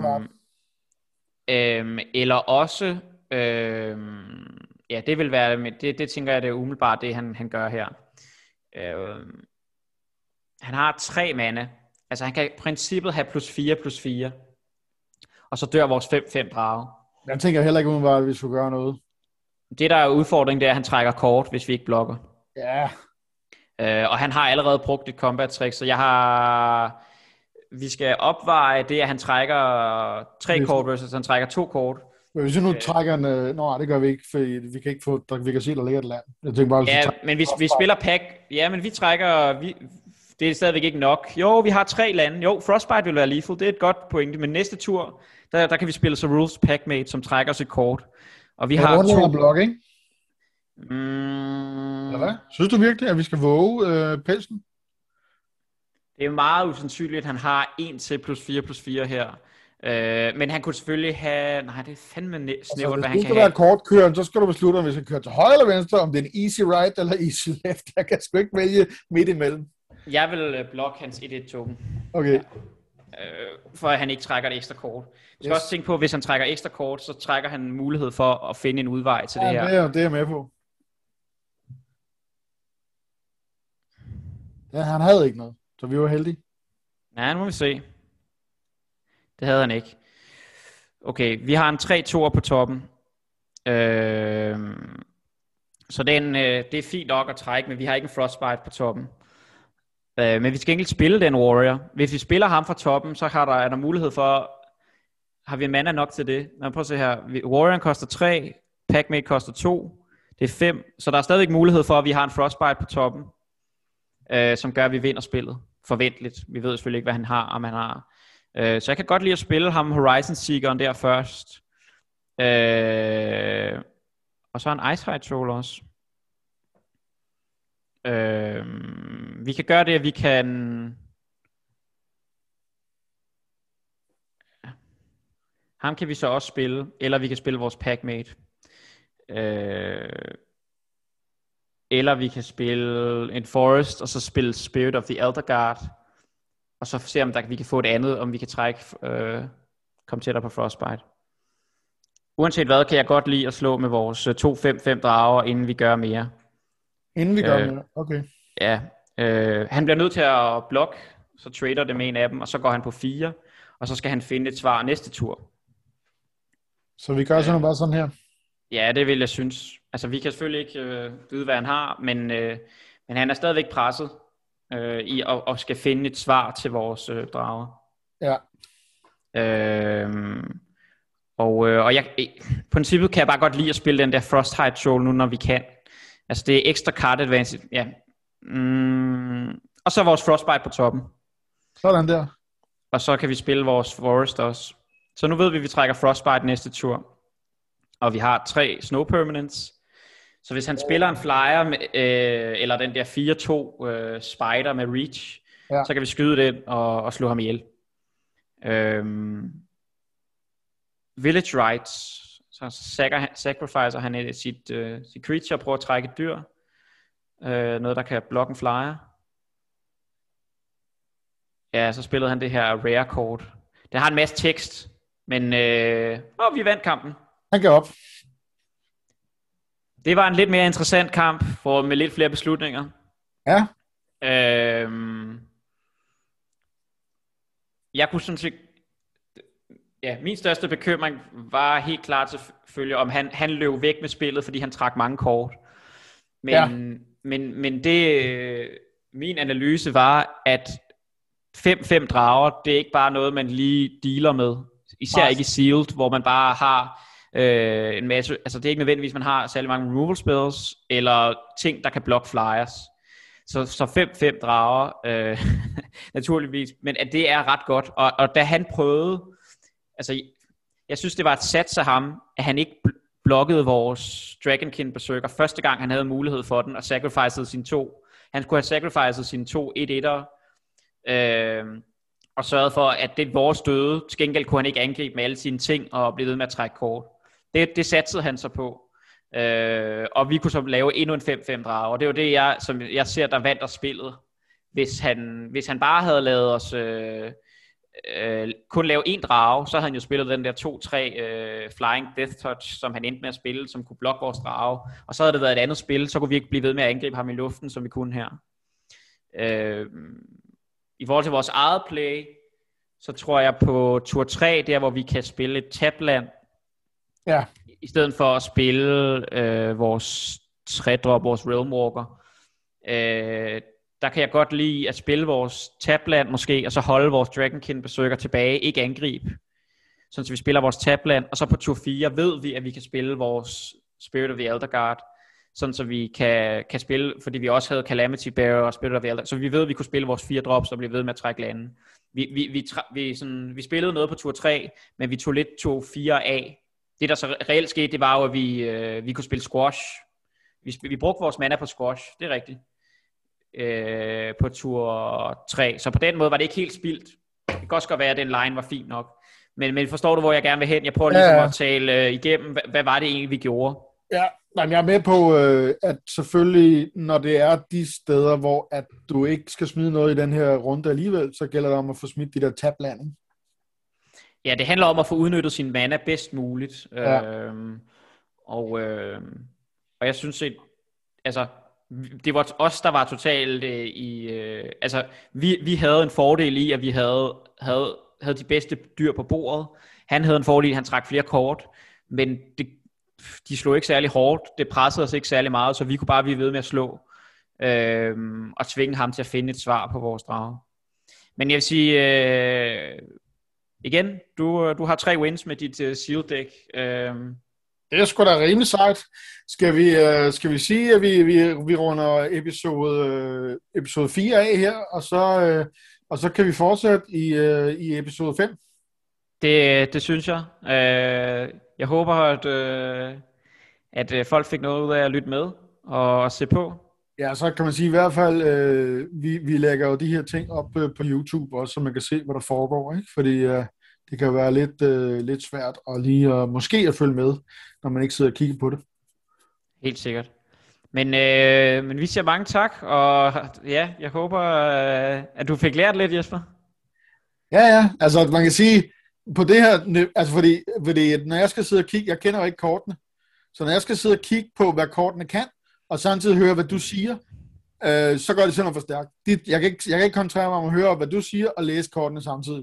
øh, eller også, øh, ja, det vil være, det, det tænker jeg, det er umiddelbart det, han, han gør her. Øh, han har tre mana, altså han kan i princippet have plus fire, plus fire, og så dør vores fem fem drage. Jeg tænker heller ikke umiddelbart, at vi skulle gøre noget. Det der er udfordringen, det er, at han trækker kort, hvis vi ikke blokker. Ja. Øh, og han har allerede brugt et combat trick, så jeg har... Vi skal opveje det, at han trækker tre kort, versus han trækker to kort. Men hvis vi nu øh, trækker en... Øh, nå, det gør vi ikke, for vi kan ikke få... Vi kan se, der ligger et land. Jeg tænker bare, ja, men hvis vi spiller pack... Ja, men vi trækker... Vi, det er stadigvæk ikke nok. Jo, vi har tre lande. Jo, Frostbite vil være lethal. Det er et godt pointe. Men næste tur, der, der kan vi spille så Rules Packmate, som trækker os et kort. Og vi ja, har to... blok, ikke? Mm... Eller hvad? Synes du virkelig, at vi skal våge øh, pelsen? Det er meget usandsynligt, at han har en til plus fire plus fire her. Øh, men han kunne selvfølgelig have... Nej, det er fandme snævert, altså, hvad han kan have. Hvis du skal være kortkøren, så skal du beslutte, om vi skal køre til højre eller venstre, om det er en easy right eller easy left. Jeg kan sgu ikke vælge midt imellem. Jeg vil blokke hans et et token. Okay. Ja. Øh, for at han ikke trækker et ekstra kort. Du skal yes. også tænke på, at hvis han trækker ekstra kort, så trækker han mulighed for at finde en udvej til ja, det her. Det er, det er jeg med på. Ja, han havde ikke noget, så vi var heldige. Ja, nu må vi se. Det havde han ikke. Okay, vi har en tre toer på toppen. Øh, så den, øh, det er fint nok at trække, men vi har ikke en Frostbite på toppen. Øh, men vi skal ikke spille den Warrior. Hvis vi spiller ham fra toppen, så har der, er der mulighed for... Har vi mana nok til det? Lad mig prøve at se her. Warrior koster tre, Packmate koster to, det er fem. Så der er stadigvæk mulighed for, at vi har en Frostbite på toppen, øh, som gør, at vi vinder spillet. Forventeligt. Vi ved selvfølgelig ikke, hvad han har, om han har. Øh, så jeg kan godt lide at spille ham Horizon Seekeren der først. Øh, og så en Ice High Troll også. Øh, vi kan gøre det, at vi kan... Ham kan vi så også spille, eller vi kan spille vores Packmate. Øh, eller vi kan spille en Forest, og så spille Spirit of the Elder Guard, og så se om der, vi kan få et andet, om vi kan trække, øh, komme tættere på Frostbite. Uanset hvad, kan jeg godt lide at slå med vores to fem fem drager, inden vi gør mere. Inden vi gør øh, mere, okay. Ja, øh, han bliver nødt til at blokke, så trader det med en af dem, og så går han på fire, og så skal han finde et svar næste tur. Så vi gør sådan øh, bare sådan her? Ja, det vil jeg synes. Altså, vi kan selvfølgelig ikke øh, vide, hvad han har, men, øh, men han er stadigvæk presset øh, i at, at skal finde et svar til vores øh, drager. Ja. Øh, og øh, og jeg, i princippet kan jeg bare godt lide at spille den der Frosthide Troll nu, når vi kan. Altså, det er ekstra card advantage. Ja. Mm, og så vores Frostbite på toppen. Sådan der. Og så kan vi spille vores Forest også. Så nu ved vi, at vi trækker Frostbite næste tur. Og vi har tre Snow Permanents. Så hvis han spiller en Flyer, med, øh, eller den der fire to øh, Spider med Reach, ja. Så kan vi skyde den og, og slå ham ihjel. Øhm, Village Rites. Så sacrificer han et, sit, øh, sit creature og prøver at trække et dyr. Øh, noget, der kan blokke en Flyer. Ja, så spillede han det her rare kort. Det har en masse tekst, men øh, åh, vi vandt kampen. Han gav op. Det var en lidt mere interessant kamp, for med lidt flere beslutninger. Ja. Øhm, jeg kunne sådan set... Ja, min største bekymring var helt klart selvfølgelig, om han, han løb væk med spillet, fordi han trak mange kort. Men, ja. men, men det... Min analyse var, at fem fem drager, det er ikke bare noget, man lige dealer med. Især ikke i Sealed, hvor man bare har øh, en masse... Altså det er ikke nødvendigvis, man har særlig mange removal spells, eller ting, der kan blokke flyers. Så, så fem fem drager, øh, naturligvis. Men at det er ret godt. Og, og da han prøvede... Altså, jeg synes, det var et sats af ham, at han ikke blokkede vores Dragonkin Berserker første gang, han havde mulighed for den, og sacrificede sine to. Han skulle have sacrificed sine to et etter, øh, og sørget for, at det vores døde. Til gengæld kunne han ikke angribe med alle sine ting, og blive ved med at trække kort. Det, det satsede han sig på. Øh, og vi kunne så lave endnu en fem fem drage, og det er jo det, jeg, som jeg ser, der vandt os spillet. Hvis han, hvis han bare havde lavet os øh, øh, kun lave en drage, så havde han jo spillet den der to tre øh, Flying Death Touch, som han endte med at spille, som kunne blokke vores drage. Og så havde det været et andet spil, så kunne vi ikke blive ved med at angribe ham i luften, som vi kunne her. Øh, I forhold til vores eget play, så tror jeg på tur tre, der hvor vi kan spille et tabland, ja. I stedet for at spille øh, vores tre-drop, vores Realmwalker. Øh, der kan jeg godt lide at spille vores tabland måske, og så holde vores Dragonkin Berserker tilbage, ikke angribe. Sådan så vi spiller vores tabland, og så på tur fire ved vi, at vi kan spille vores Spirit of the Elder Guard, sådan så vi kan, kan spille, fordi vi også havde Calamity Bearer og Spirit of the Elder, så vi ved, at vi kunne spille vores fire drops og blive ved med at trække landen. Vi, vi, vi, vi, sådan, vi spillede noget på tur tre, men vi tog lidt tur fire af. Det der så reelt skete, det var jo, at vi, øh, vi kunne spille squash. Vi, vi brugte vores mana på squash, det er rigtigt. Øh, på tur tre. Så på den måde var det ikke helt spildt. Det kan også godt være, at den line var fin nok. Men, men forstår du, hvor jeg gerne vil hen? Jeg prøver ligesom ja, ja. at tale øh, igennem, hvad, hvad var det egentlig, vi gjorde? Ja, men jeg er med på, øh, at selvfølgelig, når det er de steder, hvor at du ikke skal smide noget i den her runde alligevel, så gælder det om at få smidt de der tabland. Ja, det handler om at få udnyttet sin mana bedst muligt. Ja. Øhm, og, øh, og jeg synes, at altså, det var os, der var totalt øh, i... Øh, altså, vi, vi havde en fordel i, at vi havde, havde, havde de bedste dyr på bordet. Han havde en fordel, at han trak flere kort, men det, de slog ikke særlig hårdt. Det pressede os ikke særlig meget, så vi kunne bare blive ved med at slå. Øh, og tvinge ham til at finde et svar på vores drage. Men jeg vil sige... Øh, Igen, du, du har tre wins med dit uh, seal deck. Um... Det er sgu da rimelig sejt. Skal vi, uh, skal vi sige, at vi, vi, vi runder episode, uh, episode fire af her, og så, uh, og så kan vi fortsætte i, uh, i episode fem? Det, det synes jeg. Uh, jeg håber, at, uh, at uh, folk fik noget ud af at lytte med og, og se på. Ja, så kan man sige i hvert fald, øh, vi, vi lægger jo de her ting op øh, på YouTube også, så man kan se, hvad der foregår, ikke? Fordi øh, det kan være lidt, øh, lidt svært at lige øh, måske at følge med, når man ikke sidder og kigger på det. Helt sikkert. Men, øh, men vi siger mange tak, og ja, jeg håber, øh, at du fik lært lidt, Jesper. Ja, ja, altså man kan sige, på det her, altså fordi, fordi når jeg skal sidde og kigge, jeg kender jo ikke kortene, så når jeg skal sidde og kigge på, hvad kortene kan, og samtidig høre, hvad du siger, øh, så gør det simpelthen for stærkt. De, jeg, kan ikke, jeg kan ikke koncentrere mig om at høre, hvad du siger, og læse kortene samtidig.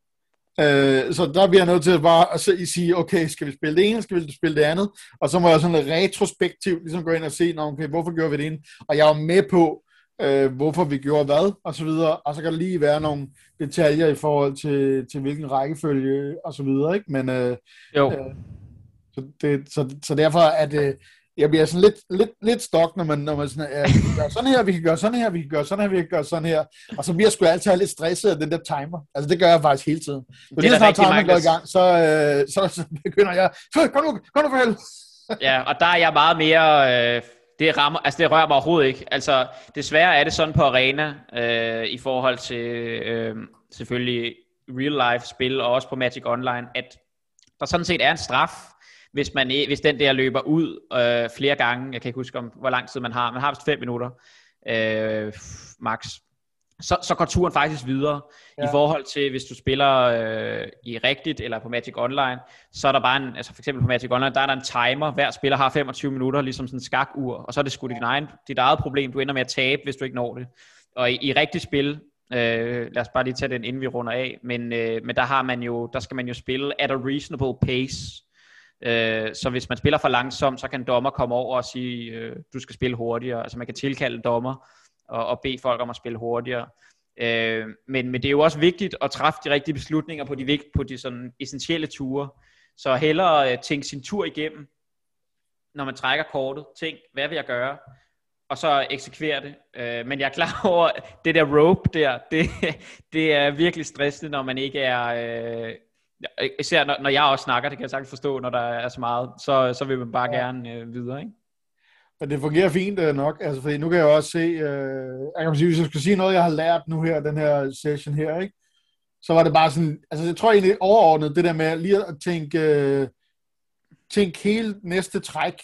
Øh, så der bliver jeg nødt til at bare at sige, okay, skal vi spille det ene, skal vi spille det andet? Og så må jeg sådan lidt retrospektivt ligesom gå ind og se, okay, hvorfor gjorde vi det ene? Og jeg var med på, øh, hvorfor vi gjorde hvad, og så videre. Og så kan der lige være nogle detaljer i forhold til, til hvilken rækkefølge, og så videre, ikke? Men, øh, jo. Øh, så, det, så, så derfor er det... Jeg bliver sådan lidt, lidt, lidt stok, når man, når man sådan, ja, vi kan gøre sådan her, vi kan gøre sådan her, vi kan gøre sådan her, vi kan gøre sådan her. Og så bliver jeg sgu altid lidt stresset af den der timer. Altså det gør jeg faktisk hele tiden. Så lige snart timeren går i gang, så, øh, så, så begynder jeg, kom nu, kom nu for helvede. Ja, og der er jeg meget mere, øh, det rammer, altså det rører mig overhovedet ikke. Altså desværre er det sådan på arena, øh, i forhold til øh, selvfølgelig real life spil, og også på Magic Online, at der sådan set er en straf, Hvis, man, hvis den der løber ud øh, flere gange, jeg kan ikke huske, om, hvor lang tid man har, man har vist fem minutter, øh, max, så, så går turen faktisk videre. Ja. I forhold til, hvis du spiller øh, i rigtigt, eller på Magic Online, så er der bare en, altså for eksempel på Magic Online, der er der en timer, hver spiller har femogtyve minutter, ligesom sådan en skakur, og så er det sgu dit, egen, dit eget problem, du ender med at tabe, hvis du ikke når det. Og i, i rigtigt spil, øh, lad os bare lige tage den, inden vi runder af, men, øh, men der har man jo, der skal man jo spille at a reasonable pace. Så hvis man spiller for langsomt, så kan en dommer komme over og sige, øh, du skal spille hurtigere. Altså man kan tilkalde en dommer og, og bede folk om at spille hurtigere. Øh, men, men det er jo også vigtigt at træffe de rigtige beslutninger på de, på de sådan essentielle ture. Så hellere øh, tænke sin tur igennem, når man trækker kortet. Tænk, hvad vil jeg gøre? Og så eksekvere det. Øh, men jeg er klar over, det der rope der, det, det er virkelig stressende, når man ikke er... Øh, Især når, når jeg også snakker, det kan jeg sagtens forstå, når der er så meget, så, så vil man bare ja. gerne øh, videre, ikke? Men det fungerer fint øh, nok, altså fordi nu kan jeg også se, øh, jeg kan sige, hvis jeg skulle sige noget, jeg har lært nu her, den her session her, ikke? Så var det bare sådan, altså jeg tror egentlig overordnet, det der med lige at tænke, øh, tænke hele næste træk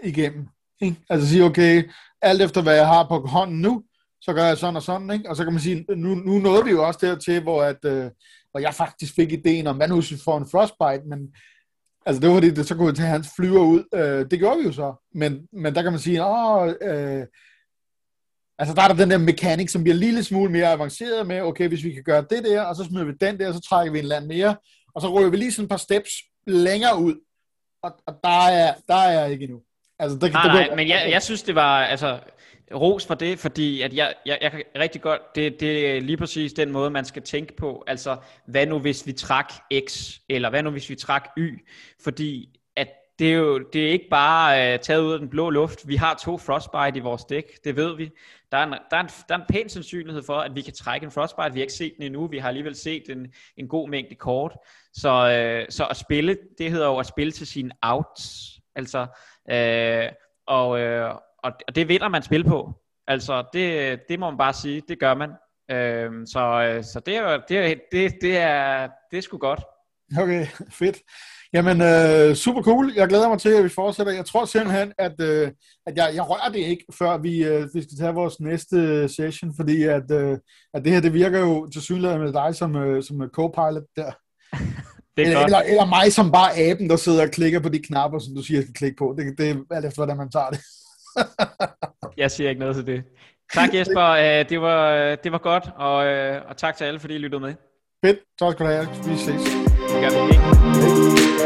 igennem. Ikke? Altså sige, okay, alt efter hvad jeg har på hånden nu, så gør jeg sådan og sådan, ikke? Og så kan man sige, nu, nu nåede vi jo også dertil, hvor, at, øh, hvor jeg faktisk fik ideen om, hvad nu hvis vi får en frostbite, men altså det var fordi, det, så kunne vi tage hans flyver ud. Øh, det gjorde vi jo så, men, men der kan man sige, åh, øh, altså der er der den der mekanik, som bliver en lille smule mere avanceret med, okay, hvis vi kan gøre det der, og så smider vi den der, så trækker vi en land mere, og så ryger vi lige sådan et par steps længere ud, og, og der, er, der er jeg ikke endnu. Altså, der, nej, der, nej, der, men jeg, jeg synes, det var, altså, ros for det, fordi at jeg, jeg, jeg kan rigtig godt, det, det er lige præcis den måde, man skal tænke på, altså, hvad nu hvis vi trak X, eller hvad nu hvis vi trak Y, fordi at det er jo, det er ikke bare uh, taget ud af den blå luft, vi har to frostbite i vores dæk, det ved vi, der er, en, der, er en, der er en pæn sandsynlighed for, at vi kan trække en frostbite, vi har ikke set den endnu, vi har alligevel set en, en god mængde kort, så, uh, så at spille, det hedder jo at spille til sine outs, altså, uh, og, øh, og det vinder man spil på. Altså det, det må man bare sige, det gør man. Øhm, så så det, er, det, det, det, er, det er sgu godt. Okay, fedt. Jamen øh, super cool. Jeg glæder mig til, at vi fortsætter. Jeg tror simpelthen, at, øh, at jeg, jeg rører det ikke, før vi, øh, vi skal tage vores næste session, fordi at, øh, at det her, det virker jo til synligheden med dig som, øh, som co-pilot der. Det eller, eller, eller mig som bare aben, der sidder og klikker på de knapper, som du siger, jeg skal klikke på. Det, det er alt efter, hvordan man tager det. Jeg siger ikke noget til det. Tak Jesper, det var, det var godt, og, og tak til alle, fordi I lyttede med. Fedt, tak skal du have. Vi ses. Det gør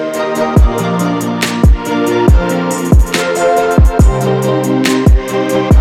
vi ikke.